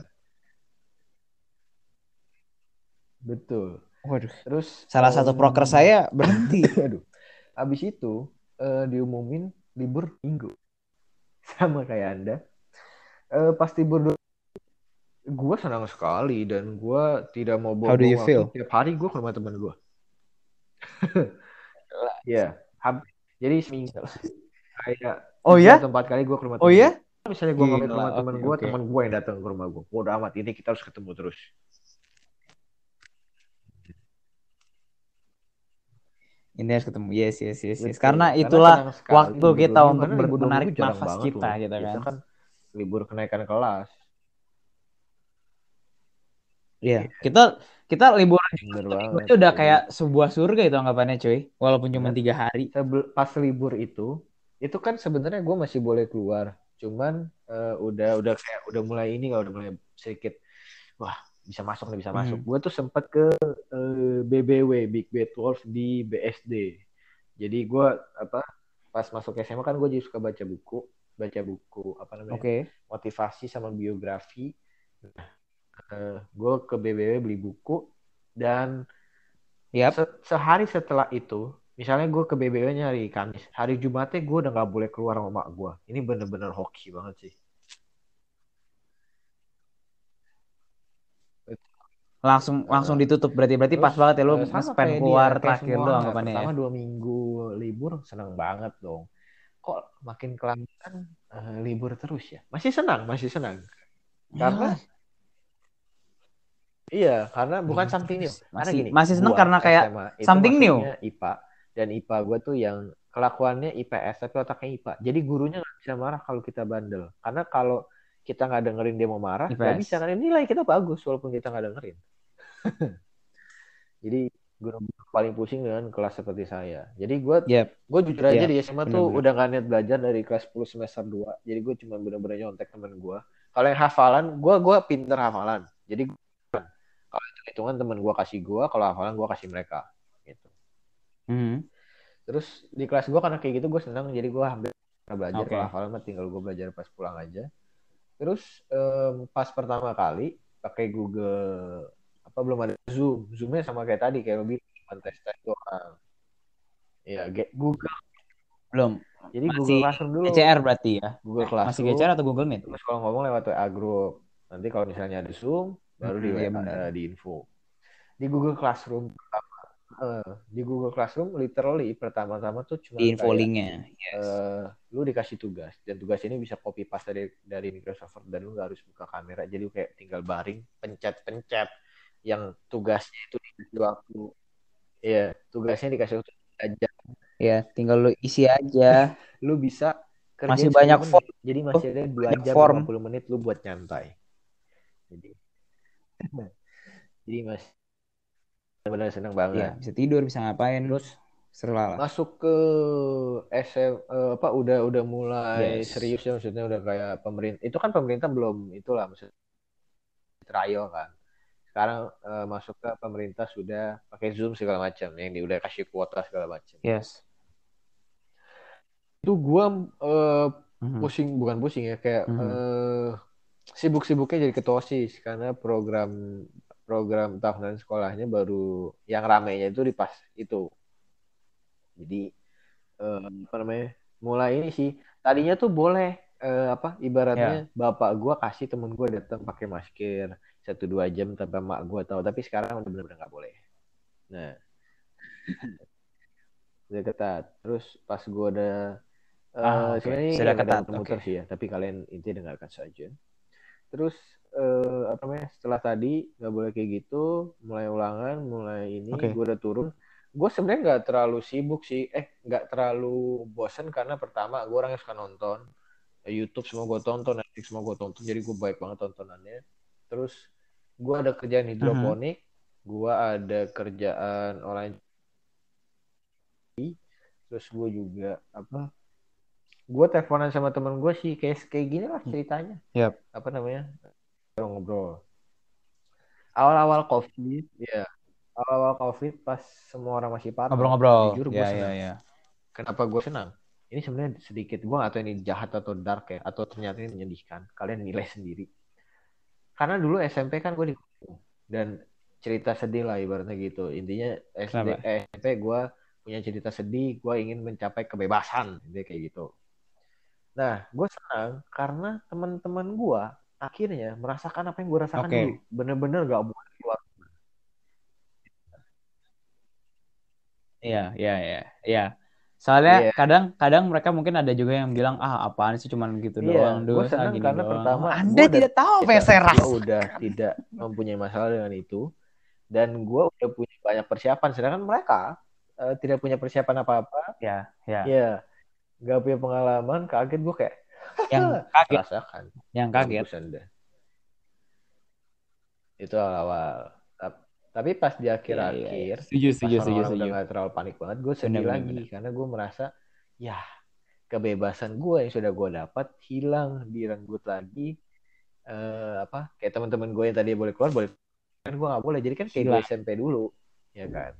Betul. Waduh. Terus Salah satu proker em, saya berhenti. aduh, habis itu eh, diumumin libur minggu sama kayak Anda. Eh, pas libur gue senang sekali dan gue tidak mau How do buang-buang you waktu. feel? Tiap hari gue ke rumah teman gue. Ya, hab- jadi seminggu kayak Oh tiga atau ya? empat kali gue ke rumah Oh teman gue. ya? Misalnya gue nggak main ke Gila. rumah teman Oke, gue, oke. teman gue yang datang ke rumah gue. Bodoh amat, ini kita harus ketemu terus. Ini harus ketemu. Yes, yes, yes, yes. Betul. Karena Karena itulah senang sekali waktu libur dua kita minggu untuk karena ber- libur dua menarik minggu jarang nafas banget kita loh. gitu Biasa kan. kan libur kenaikan kelas. Iya, Iya, kita kita liburan juga bener satu minggu banget. aja udah Jadi kayak sebuah surga itu anggapannya cuy. Walaupun cuma bener. tiga hari. Sebel- pas libur itu, itu kan sebenarnya gue masih boleh keluar. Cuman eh, udah udah kayak udah mulai ini kalau udah mulai sedikit, wah bisa masuk nih bisa masuk. Mhm. Gue tuh sempet ke eh, B B W Big Bad Wolf di B S D. Jadi gue apa pas masuk S M A kan gue juga suka baca buku, baca buku apa namanya Oke. motivasi sama biografi. Eh, gue ke B B W beli buku dan Yap. se- sehari setelah itu, misalnya gue ke B B W-nya hari Kamis, hari Jumatnya gue udah nggak boleh keluar sama mak gue. Ini bener-bener hoki banget sih. Langsung langsung Heeh. ditutup berarti berarti Terus pas banget ya lu eh, sama nge-spend kayak dia, keluar kayak terakhir semua lu orang lah. anggapannya ya. Pertama dua minggu libur seneng banget dong. Kok makin kelamaan eh, libur terus ya? Masih senang, masih senang. Karena Iyalah. Iya, karena bukan Hmm, something new. Karena masih gini, masih seneng gua karena kayak S M A itu something new. masuknya I P A dan I P A gua tuh yang kelakuannya I P S tapi otaknya I P A. Jadi gurunya nggak bisa marah kalau kita bandel. Karena kalau kita nggak dengerin dia mau marah, nggak bisa I P S. kan nilai kita bagus walaupun kita nggak dengerin. Jadi guru paling pusing dengan kelas seperti saya. Jadi gue Yep, gue jujur aja yep, di S M A tuh benar-benar. udah gak niat belajar dari kelas sepuluh semester dua. Jadi gue cuma bener-bener nyontek temen gue. Kalau yang hafalan, gue gue pinter hafalan. Jadi kalau hitung-hitungan temen gue kasih gue, kalau hafalan gue kasih mereka. Gitu. Hmm, Terus di kelas gue karena kayak gitu gue senang. Jadi gue hampir pernah belajar. Kalau oke. hafalan mah tinggal gue belajar pas pulang aja. Terus um, pas pertama kali pakai Google apa belum ada Zoom. Zoomnya sama kayak tadi kayak lo bilang cuma tes tes doang. Ya, Google. Belum. Jadi Masih Google Classroom dulu. G C R berarti ya? Google Eh, masih Classroom. G C R atau Google Meet? Terus kalau ngomong lewat W A Group. Nanti kalau misalnya ada Zoom, baru di Hmm, W A, iya benar. uh, di info. Di Google Classroom, uh, di Google Classroom literally pertama-tama tuh Di cuman info kayak linknya. Yes. uh, lu dikasih tugas dan tugas ini bisa copy paste dari dari Microsoft Word dan lu nggak harus buka kamera. Jadi lu kayak tinggal baring, pencet-pencet yang tugasnya itu dikasih waktu. Iya, tugasnya dikasih waktu aja. Ya, tinggal lu isi aja. Lu bisa Masih kerjain sepuluh banyak menit. form Jadi tuh, masih ada dua banyak jam form. lima puluh menit lu buat nyantai. Jadi jadi mas benar-benar seneng Ya, banget. bisa tidur, bisa ngapain. Terus Serlah. masuk ke S M eh, apa udah udah mulai Yes. serius ya maksudnya udah kayak pemerintah itu kan pemerintah belum itulah maksudnya trial kan. Sekarang eh, masuk ke pemerintah sudah pakai Zoom segala macam yang di udah kasih kuota segala macam. Yes. Itu gua eh, Mhm. pusing bukan pusing ya kayak Mhm. eh, sibuk-sibuknya jadi ketua OSIS karena program program tahunan sekolahnya baru yang ramainya itu di pas itu. Jadi eh, apa namanya? Mulai ini sih. Tadinya tuh boleh eh, apa ibaratnya Ya. bapak gua kasih temen gua datang pakai masker satu dua jam tanpa mak gua tahu tapi sekarang udah benar-benar nggak boleh. Nah, udah ketat. Terus pas gua udah Ah, eh, oke. sebenarnya ini Sudah yang ada ketat. muter-muter Oke. sih ya, tapi kalian intinya dengarkan saja. Terus eh, apa namanya setelah tadi nggak boleh kayak gitu mulai ulangan mulai ini Oke. gue udah turun gue sebenarnya nggak terlalu sibuk sih eh nggak terlalu bosen karena pertama gue orangnya suka nonton YouTube semua gue tonton Netflix semua gue tonton jadi gue baik banget tontonannya terus gue ada kerjaan Mhm. hidroponik gue ada kerjaan online terus gue juga apa gue teleponan sama temen gue sih kayak kayak gini lah ceritanya Yap. apa namanya ngobrol awal-awal COVID ya awal-awal COVID pas semua orang masih parno, Ngobrol-ngobrol. jujur gue Ya, ya, senang. ya. Kenapa gue senang? Ini sebenarnya sedikit gue nggak tahu ini jahat atau dark ya, atau ternyata ini menyedihkan. Kalian nilai sendiri. Karena dulu S M P kan gue di dan cerita sedih lah ibaratnya gitu. Intinya S D Kenapa? eh, S M P gue punya cerita sedih, gue ingin mencapai kebebasan, intinya kayak gitu. Nah, gue senang karena teman-teman gue akhirnya merasakan apa yang gue rasakan dulu. Oke. Bener-bener gak boleh keluar. Iya, iya, iya. Iya. Soalnya Iya, kadang-kadang mereka mungkin ada juga yang bilang, ah apaan sih cuman gitu Iya, doang, gue dosa seneng gini karena doang. Oh, pertama Anda gue udah tidak tahu apa biasa, yang saya gue udah rasakan. tidak mempunyai masalah dengan itu dan gue udah punya banyak persiapan. Sedangkan mereka eh, tidak punya persiapan apa-apa, Ya, ya. ya gak punya pengalaman, kaget gue kayak Yang kaget, rasakan, yang kaget. mampus anda. Itu awal-awal. Tap- Tapi pas di Iya, iya, iya. akhir-akhir, Setuju, pas setuju, setuju, orang-orang udah setuju. gak terlalu panik banget, gue Benar, sedih benar, lagi benar. karena gue merasa ya kebebasan gue yang sudah gue dapat hilang direnggut lagi eh, apa kayak teman-teman gue yang tadi boleh keluar boleh kan gue nggak boleh jadi kan kayak gue Hilang. S M P dulu ya kan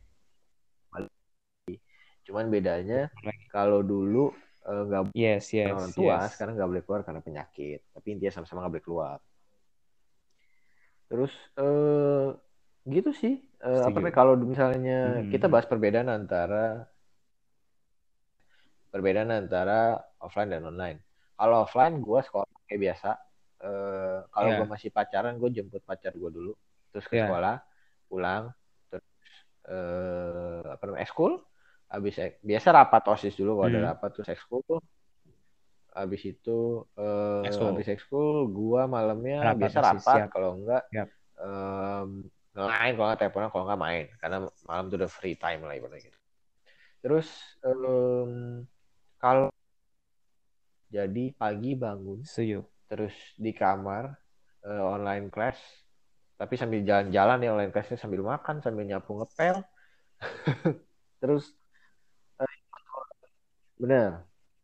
cuman bedanya kalau dulu eh, nggak eh, Yes, boleh orang yes, tua yes. sekarang nggak boleh keluar karena penyakit tapi intinya sama-sama nggak boleh keluar terus eh, gitu sih eh, apa namanya Setuju. kalau misalnya kita Mhm. bahas perbedaan antara perbedaan antara offline dan online kalau offline gue sekolah kayak biasa eh, kalau gue Ya, masih pacaran gue jemput pacar gue dulu terus ke ya. sekolah pulang terus eh, apa namanya ekskul habis ek- biasa rapat osis dulu kalau ada Mhm. rapat terus ekskul habis itu eh, habis Expo. ekskul gua malamnya Rapat biasa osis, rapat siap. kalau enggak Siap. em, main kalau nggak teleponan, kalau nggak main, karena malam tuh udah free time lah ibaratnya gitu. Terus um, kalau jadi pagi bangun Setuju. terus di kamar uh, online class, tapi sambil jalan-jalan ya online classnya, sambil makan sambil nyapu ngepel. Terus uh, bener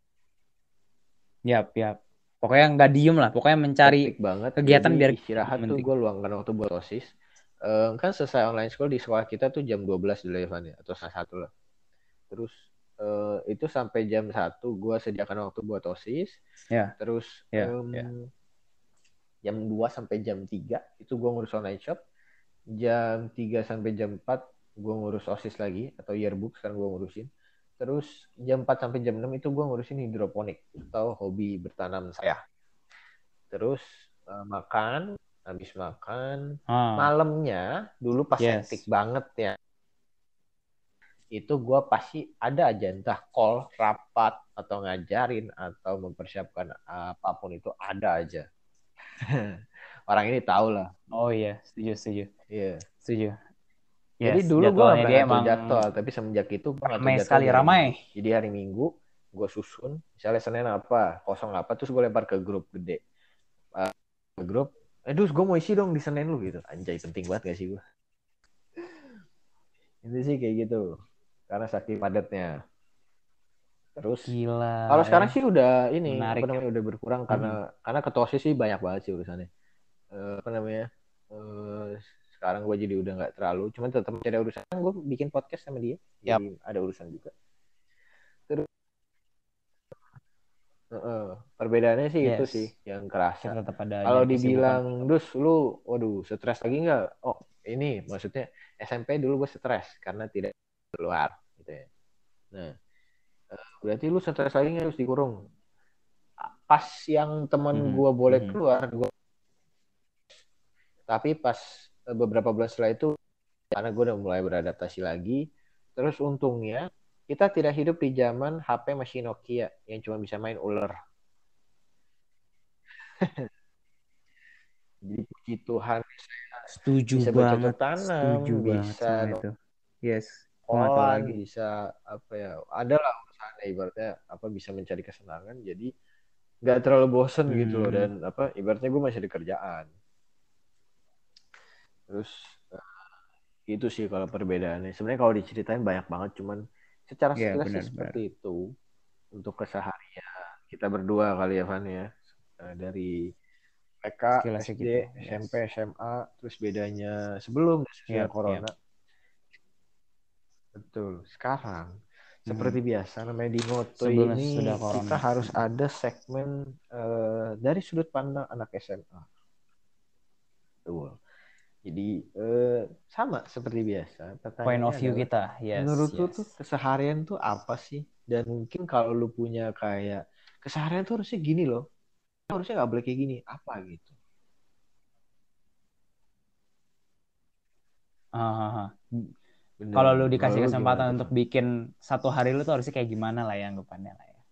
Yap, yap. Pokoknya nggak diem lah. Pokoknya mencari topik banget. kegiatan Jadi biar istirahat tuh penting. gue luangkan waktu buat OSIS. Um, kan selesai online school di sekolah kita tuh jam dua belas dulu ya Van ya, atau setengah satu lah. Terus uh, itu sampai jam satu gue sediakan waktu buat OSIS. Ya, Terus ya, ya. um, jam dua sampai jam tiga itu gue ngurus online shop. Jam tiga sampai jam empat gue ngurus OSIS lagi atau yearbook sekarang gue ngurusin. Terus jam empat sampai jam enam itu gue ngurusin hidroponik atau hobi bertanam saya. Terus uh, makan, habis makan, Ah, malamnya dulu pas hektik yes. banget ya, itu gue pasti ada aja entah call, rapat, atau ngajarin, atau mempersiapkan apapun itu ada aja. Orang ini tahu lah. Oh iya, setuju, setuju. Iya. Yeah. Setuju. Jadi Yes, dulu gue gak jadwalnya pernah dia ngatur emang jadwal, tapi semenjak itu gue ngatur ramai jadwal sekali, di hari ramai. Minggu. Jadi hari Minggu gue susun, misalnya Senin apa, kosong apa, terus gue lempar ke grup gede. Uh, ke grup, eh dus gue mau isi dong di Senin lu gitu. Anjay, penting banget gak sih gue? Itu sih kayak gitu. Karena saking padatnya. Terus Gila kalau ya, sekarang sih udah ini apa menarik. namanya udah berkurang Mhm. karena karena ketua OSIS sih banyak banget sih urusannya. Uh, apa namanya? Uh, sekarang gue jadi udah nggak terlalu, cuman tetap ada urusan. Gue bikin podcast sama dia, Yap, jadi ada urusan juga. Terus uh, perbedaannya sih itu sih yes. yang kerasa. Kita tetap ada Kalau nyari kesibukan. dibilang, dus lu, waduh, stres lagi nggak? Oh, ini maksudnya S M P dulu gue stres karena tidak keluar, gitu ya. Nah, berarti lu stres lagi nggak, harus dikurung. Pas yang teman Mhm, gue boleh mhm. keluar, gua, tapi pas beberapa bulan setelah itu, karena gue udah mulai beradaptasi lagi, terus untungnya kita tidak hidup di zaman H P masih Nokia yang cuma bisa main ular. Jadi puji Tuhan Setuju bisa bercocok banget, tanam, setuju banget bisa sama itu. Yes, gua nggak tahu kolan, lagi. bisa apa ya, ada lah usaha ibaratnya apa bisa mencari kesenangan, jadi nggak terlalu bosen gitu loh, dan Hmm, apa ibaratnya gue masih ada kerjaan. Terus itu sih kalau perbedaannya. Sebenarnya kalau diceritain banyak banget, cuman secara ya sekilas sih benar-benar. seperti itu untuk keseharian kita berdua kali ya Van ya. Eh, dari T K, Sekilasnya S D, gitu. Yes. S M P, S M A, terus bedanya sebelum dan sesudah Yap, yap. corona. Betul. Sekarang Hmm. seperti biasa namanya di Ngoto Sebelumnya ini sudah kita corona. harus Hmm. ada segmen uh, dari sudut pandang anak S M A. Betul. Jadi eh, sama seperti biasa. Point Pertanyaannya of view adalah, kita. menurut Yes, lu tuh yes. keseharian tuh apa sih? Dan mungkin kalau lu punya kayak keseharian tuh harusnya gini loh, harusnya nggak boleh kayak gini, apa gitu? Ah, ah, ah. Kalau Bener. lu Kalau dikasih lu gimana kesempatan tuh untuk Van? bikin satu hari lu tuh harusnya kayak gimana lah ya anggapannya lah ya.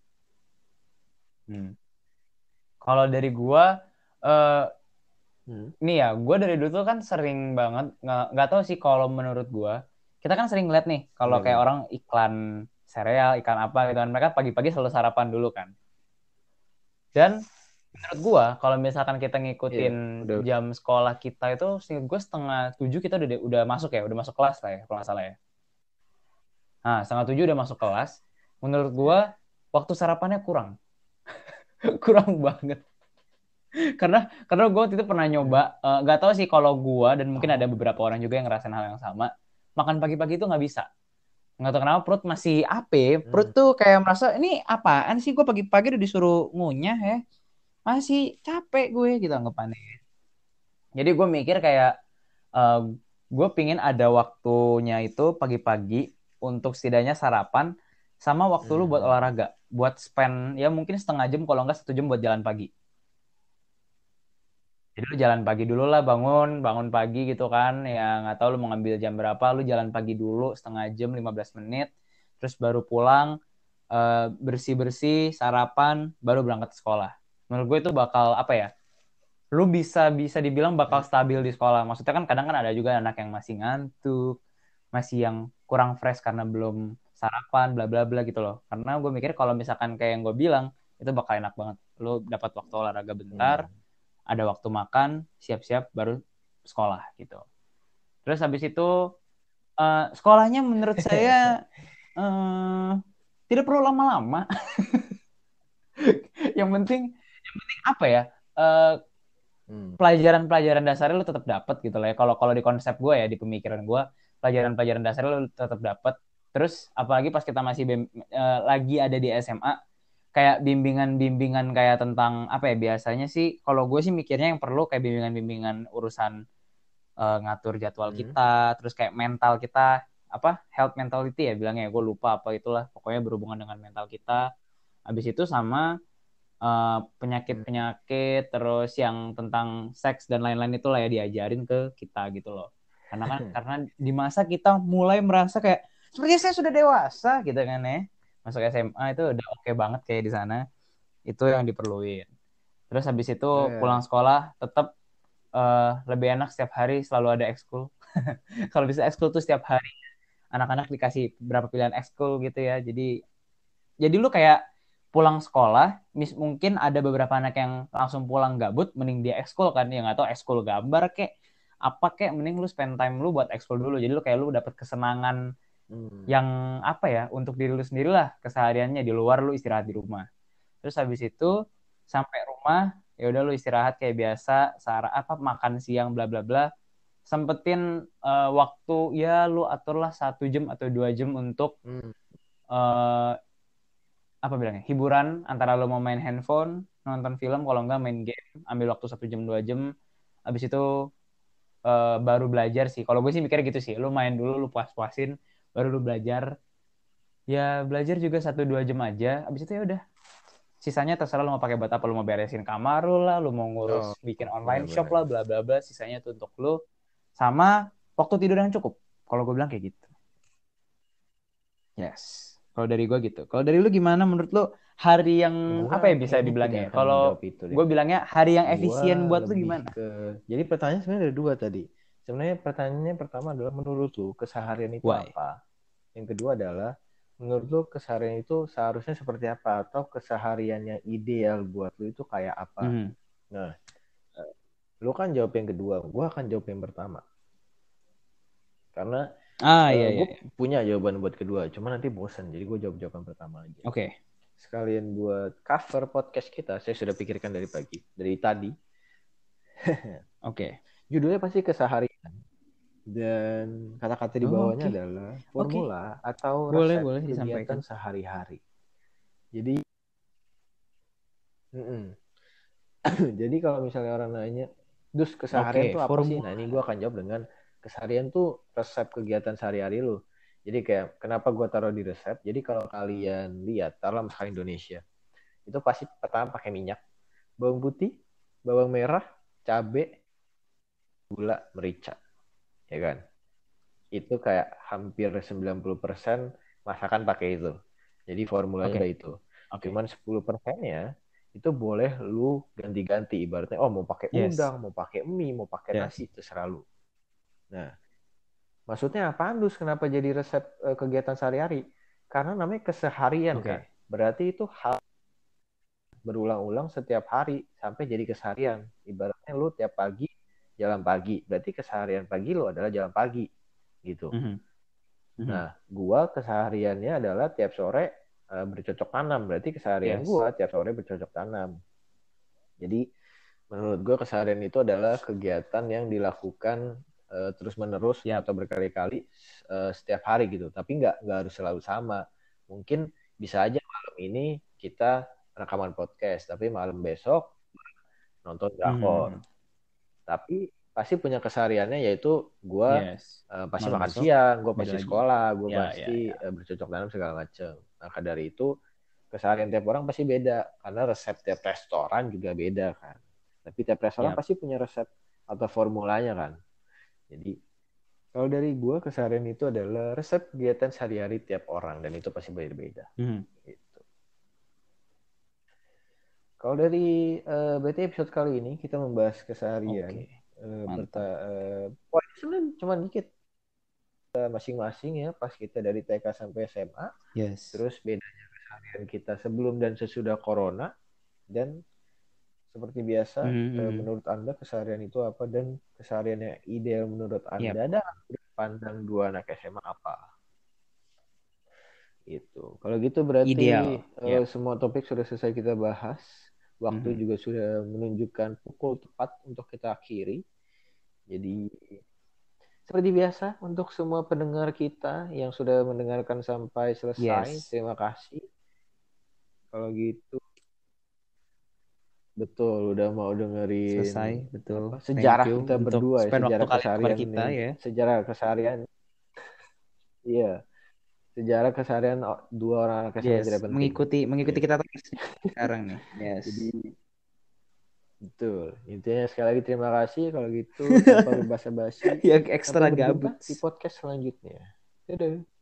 Hmm. Kalau dari gua, eh Hmm? ini ya, gua dari dulu tuh kan sering banget, nggak nggak tahu sih kalau menurut gua, kita kan sering lihat nih, kalau kayak Bener-bener. orang iklan sereal, iklan apa gitu kan, mereka pagi-pagi selalu sarapan dulu kan. Dan menurut gua, kalau misalkan kita ngikutin Iya, udah. jam sekolah kita itu, seingat gua setengah tujuh kita udah udah masuk ya, udah masuk kelas lah ya, kalau nggak salah ya. Nah, setengah tujuh udah masuk kelas. Menurut gua, waktu sarapannya kurang, kurang banget. Karena karena gue waktu itu pernah nyoba, Hmm. eh, nggak tahu sih kalau gue dan mungkin ada Oh. beberapa orang juga yang ngerasain hal yang sama. Makan pagi-pagi itu nggak bisa. Nggak tahu kenapa perut masih ape. Perut Hmm. tuh kayak merasa ini apaan sih gue pagi-pagi udah disuruh ngunyah ya. Masih capek gue gitu anggapannya. Jadi gue mikir kayak uh, gue pingin ada waktunya itu pagi-pagi untuk setidaknya sarapan sama waktu lu buat Hmm. olahraga, buat spend ya mungkin setengah jam kalau nggak satu jam buat jalan pagi. Jadi lu jalan pagi dulu lah, bangun, bangun pagi gitu kan. Ya nggak tahu lu mau ngambil jam berapa, lu jalan pagi dulu setengah jam, lima belas menit. Terus baru pulang, eh, bersih-bersih, sarapan, baru berangkat ke sekolah. Menurut gue itu bakal apa ya? lu bisa bisa dibilang bakal stabil di sekolah. Maksudnya kan kadang kan ada juga anak yang masih ngantuk, masih yang kurang fresh karena belum sarapan, bla bla bla gitu loh. Karena gue mikir kalau misalkan kayak yang gue bilang, itu bakal enak banget. Lu dapat waktu olahraga bentar, Hmm. ada waktu makan, siap-siap baru sekolah gitu. Terus habis itu eh, sekolahnya menurut saya eh, tidak perlu lama-lama. Yang penting apa ya? eh, Hmm. Pelajaran-pelajaran dasarnya lu tetap dapat gitu lah ya. Kalau kalau di konsep gue ya, di pemikiran gue, pelajaran-pelajaran dasarnya lu tetap dapat. Terus apalagi pas kita masih bem, uh, lagi ada di S M A, kayak bimbingan-bimbingan kayak tentang apa ya, biasanya sih kalau gue sih mikirnya yang perlu kayak bimbingan-bimbingan urusan uh, ngatur jadwal Hmm. kita, terus kayak mental kita, apa health mentality ya bilangnya, gue lupa apa itulah, pokoknya berhubungan dengan mental kita. Habis itu sama uh, penyakit-penyakit, terus yang tentang seks dan lain-lain itulah ya diajarin ke kita gitu loh. Karena kan karena di masa kita mulai merasa kayak sepertinya saya sudah dewasa gitu kan ya. Masuk S M A itu udah oke okay banget kayak di sana. Itu yang diperluin. Terus habis itu pulang Ya. sekolah tetap uh, lebih enak setiap hari selalu ada ekskul. Kalau bisa ekskul tuh setiap hari anak-anak dikasih berapa pilihan ekskul gitu ya. Jadi jadi lu kayak pulang sekolah, mis mungkin ada beberapa anak yang langsung pulang gabut, mending dia ekskul kan, ya nggak tahu ekskul gambar kek, apa kek, mending lu spend time lu buat ekskul dulu. Jadi lu kayak lu dapet kesenangan Hmm. yang apa ya, untuk diri lu sendiri lah kesehariannya, di luar lu istirahat di rumah. Terus habis itu sampai rumah, ya udah lu istirahat kayak biasa, sara apa makan siang bla bla bla. Sempetin uh, waktu ya lu aturlah satu jam atau dua jam untuk Hmm. uh, apa bilangnya, hiburan, antara lo mau main handphone, nonton film, kalau enggak main game, ambil waktu satu jam dua jam, habis itu uh, baru belajar sih. Kalau gue sih mikirnya gitu sih, lo main dulu, lo puas-puasin, baru lo belajar. Ya belajar juga satu dua jam aja, habis itu ya udah. Sisanya terserah lo mau pakai buat apa, lo mau beresin kamar lo lah, lo mau Oh, ngurus bikin online shop benar-benar. lah, bla bla bla. Sisanya tuh untuk lo, sama waktu tidur yang cukup. Kalau gue bilang kayak gitu. Yes. Kalau dari gue gitu. Kalau dari lu gimana menurut lu hari yang Gua apa ya bisa kayaknya tidak dibilangnya? akan menjawab Kalau itu deh. gue bilangnya hari yang efisien Gua buat lu lebih gimana? ke, jadi pertanyaan sebenarnya ada dua tadi. Sebenarnya pertanyaannya pertama adalah menurut lu keseharian itu Why? apa? Yang kedua adalah menurut lu keseharian itu seharusnya seperti apa, atau keseharian yang ideal buat lu itu kayak apa? Mhm. Nah, lu kan jawab yang kedua, gua akan jawab yang pertama. Karena Ah uh, iya iya. gue Iya. punya jawaban buat kedua, cuma nanti bosan, jadi gue jawab jawaban pertama aja. Oke. Okay. Sekalian buat cover podcast kita, saya sudah pikirkan dari pagi, dari tadi. Oke. Okay. Judulnya pasti keseharian. Dan kata-kata di Oh, bawahnya oke. Okay. adalah Oke. Okay. formula atau Boleh resep boleh kegiatan disampaikan. sehari-hari. Jadi, jadi kalau misalnya orang nanya, dus keseharian Oke, tuh apa sih? formula. Nah ini gue akan jawab dengan keseharian tuh resep kegiatan sehari-hari lu. Jadi kayak kenapa gue taruh di resep? Jadi kalau kalian lihat, taruhlah masakan Indonesia, itu pasti pertama pakai minyak, bawang putih, bawang merah, cabai, gula, merica, ya kan? Itu kayak hampir sembilan puluh persen masakan pakai itu. Jadi formulanya Oke. ada Okay. itu. Oke. Okay. Cuman sepuluh persennya itu boleh lu ganti-ganti, ibaratnya oh mau pakai Yes. udang, mau pakai mie, mau pakai Yes. nasi, terserah lu. Nah, maksudnya apaan dus kenapa jadi resep uh, kegiatan sehari-hari? Karena namanya keseharian Oke. kan. Okay. Berarti itu hal berulang-ulang setiap hari sampai jadi keseharian. Ibaratnya lu tiap pagi jalan pagi, berarti keseharian pagi lu adalah jalan pagi gitu. Mm-hmm. Mm-hmm. Nah, gua kesehariannya adalah tiap sore uh, bercocok tanam, berarti keseharian Yes. gua tiap sore bercocok tanam. Jadi menurut gua keseharian itu adalah kegiatan yang dilakukan uh, terus-menerus Yep. atau berkali-kali uh, setiap hari gitu. Tapi nggak nggak harus selalu sama. Mungkin bisa aja malam ini kita rekaman podcast, tapi malam besok nonton drakor. Mm-hmm. Tapi pasti punya kesehariannya, yaitu gue Yes. uh, pasti Malam makan besok siang, gue beda pasti lagi. sekolah, gue Ya ya pasti ya. uh, bercocok tanam segala macam. Maka dari itu keseharian tiap orang pasti beda, karena resep tiap restoran juga beda kan. Tapi tiap restoran Yep. pasti punya resep atau formulanya kan. Jadi kalau dari gue keseharian itu adalah resep kegiatan sehari-hari tiap orang, dan itu pasti beda-beda. Mm-hmm. Gitu. Kalau dari uh, berarti episode kali ini kita membahas keseharian. Oke, Uh, berta, mantap. uh, wah, sebenarnya cuma dikit uh, masing-masing ya pas kita dari T K sampai S M A. Yes. Terus bedanya keseharian kita sebelum dan sesudah Corona. Dan seperti biasa, uh, Mhm. menurut Anda keseharian itu apa dan keseharian yang ideal menurut Yap. Anda dalam sudut pandang dua anak S M A apa? Itu. Kalau gitu berarti Ideal. uh, Yap. semua topik sudah selesai kita bahas. Waktu Mhm. juga sudah menunjukkan pukul tepat untuk kita akhiri. Jadi seperti biasa untuk semua pendengar kita yang sudah mendengarkan sampai selesai, Yes. terima kasih. Kalau gitu betul udah mau dengerin Selesai, apa betul. Thank sejarah you kita untuk berdua ya, spend waktu sejarah kalian kepada keseharian kita ya. sejarah keseharian. Iya, sejarah keseharian dua orang anak S M A Yes, tidak penting. mengikuti mengikuti Ya. kita terus nih sekarang nih. Yes. Jadi betul. Intinya sekali lagi terima kasih. Kalau gitu tanpa berbasa-basi, Yang sampai ekstra berjumpa gabut. di podcast selanjutnya. Dadah.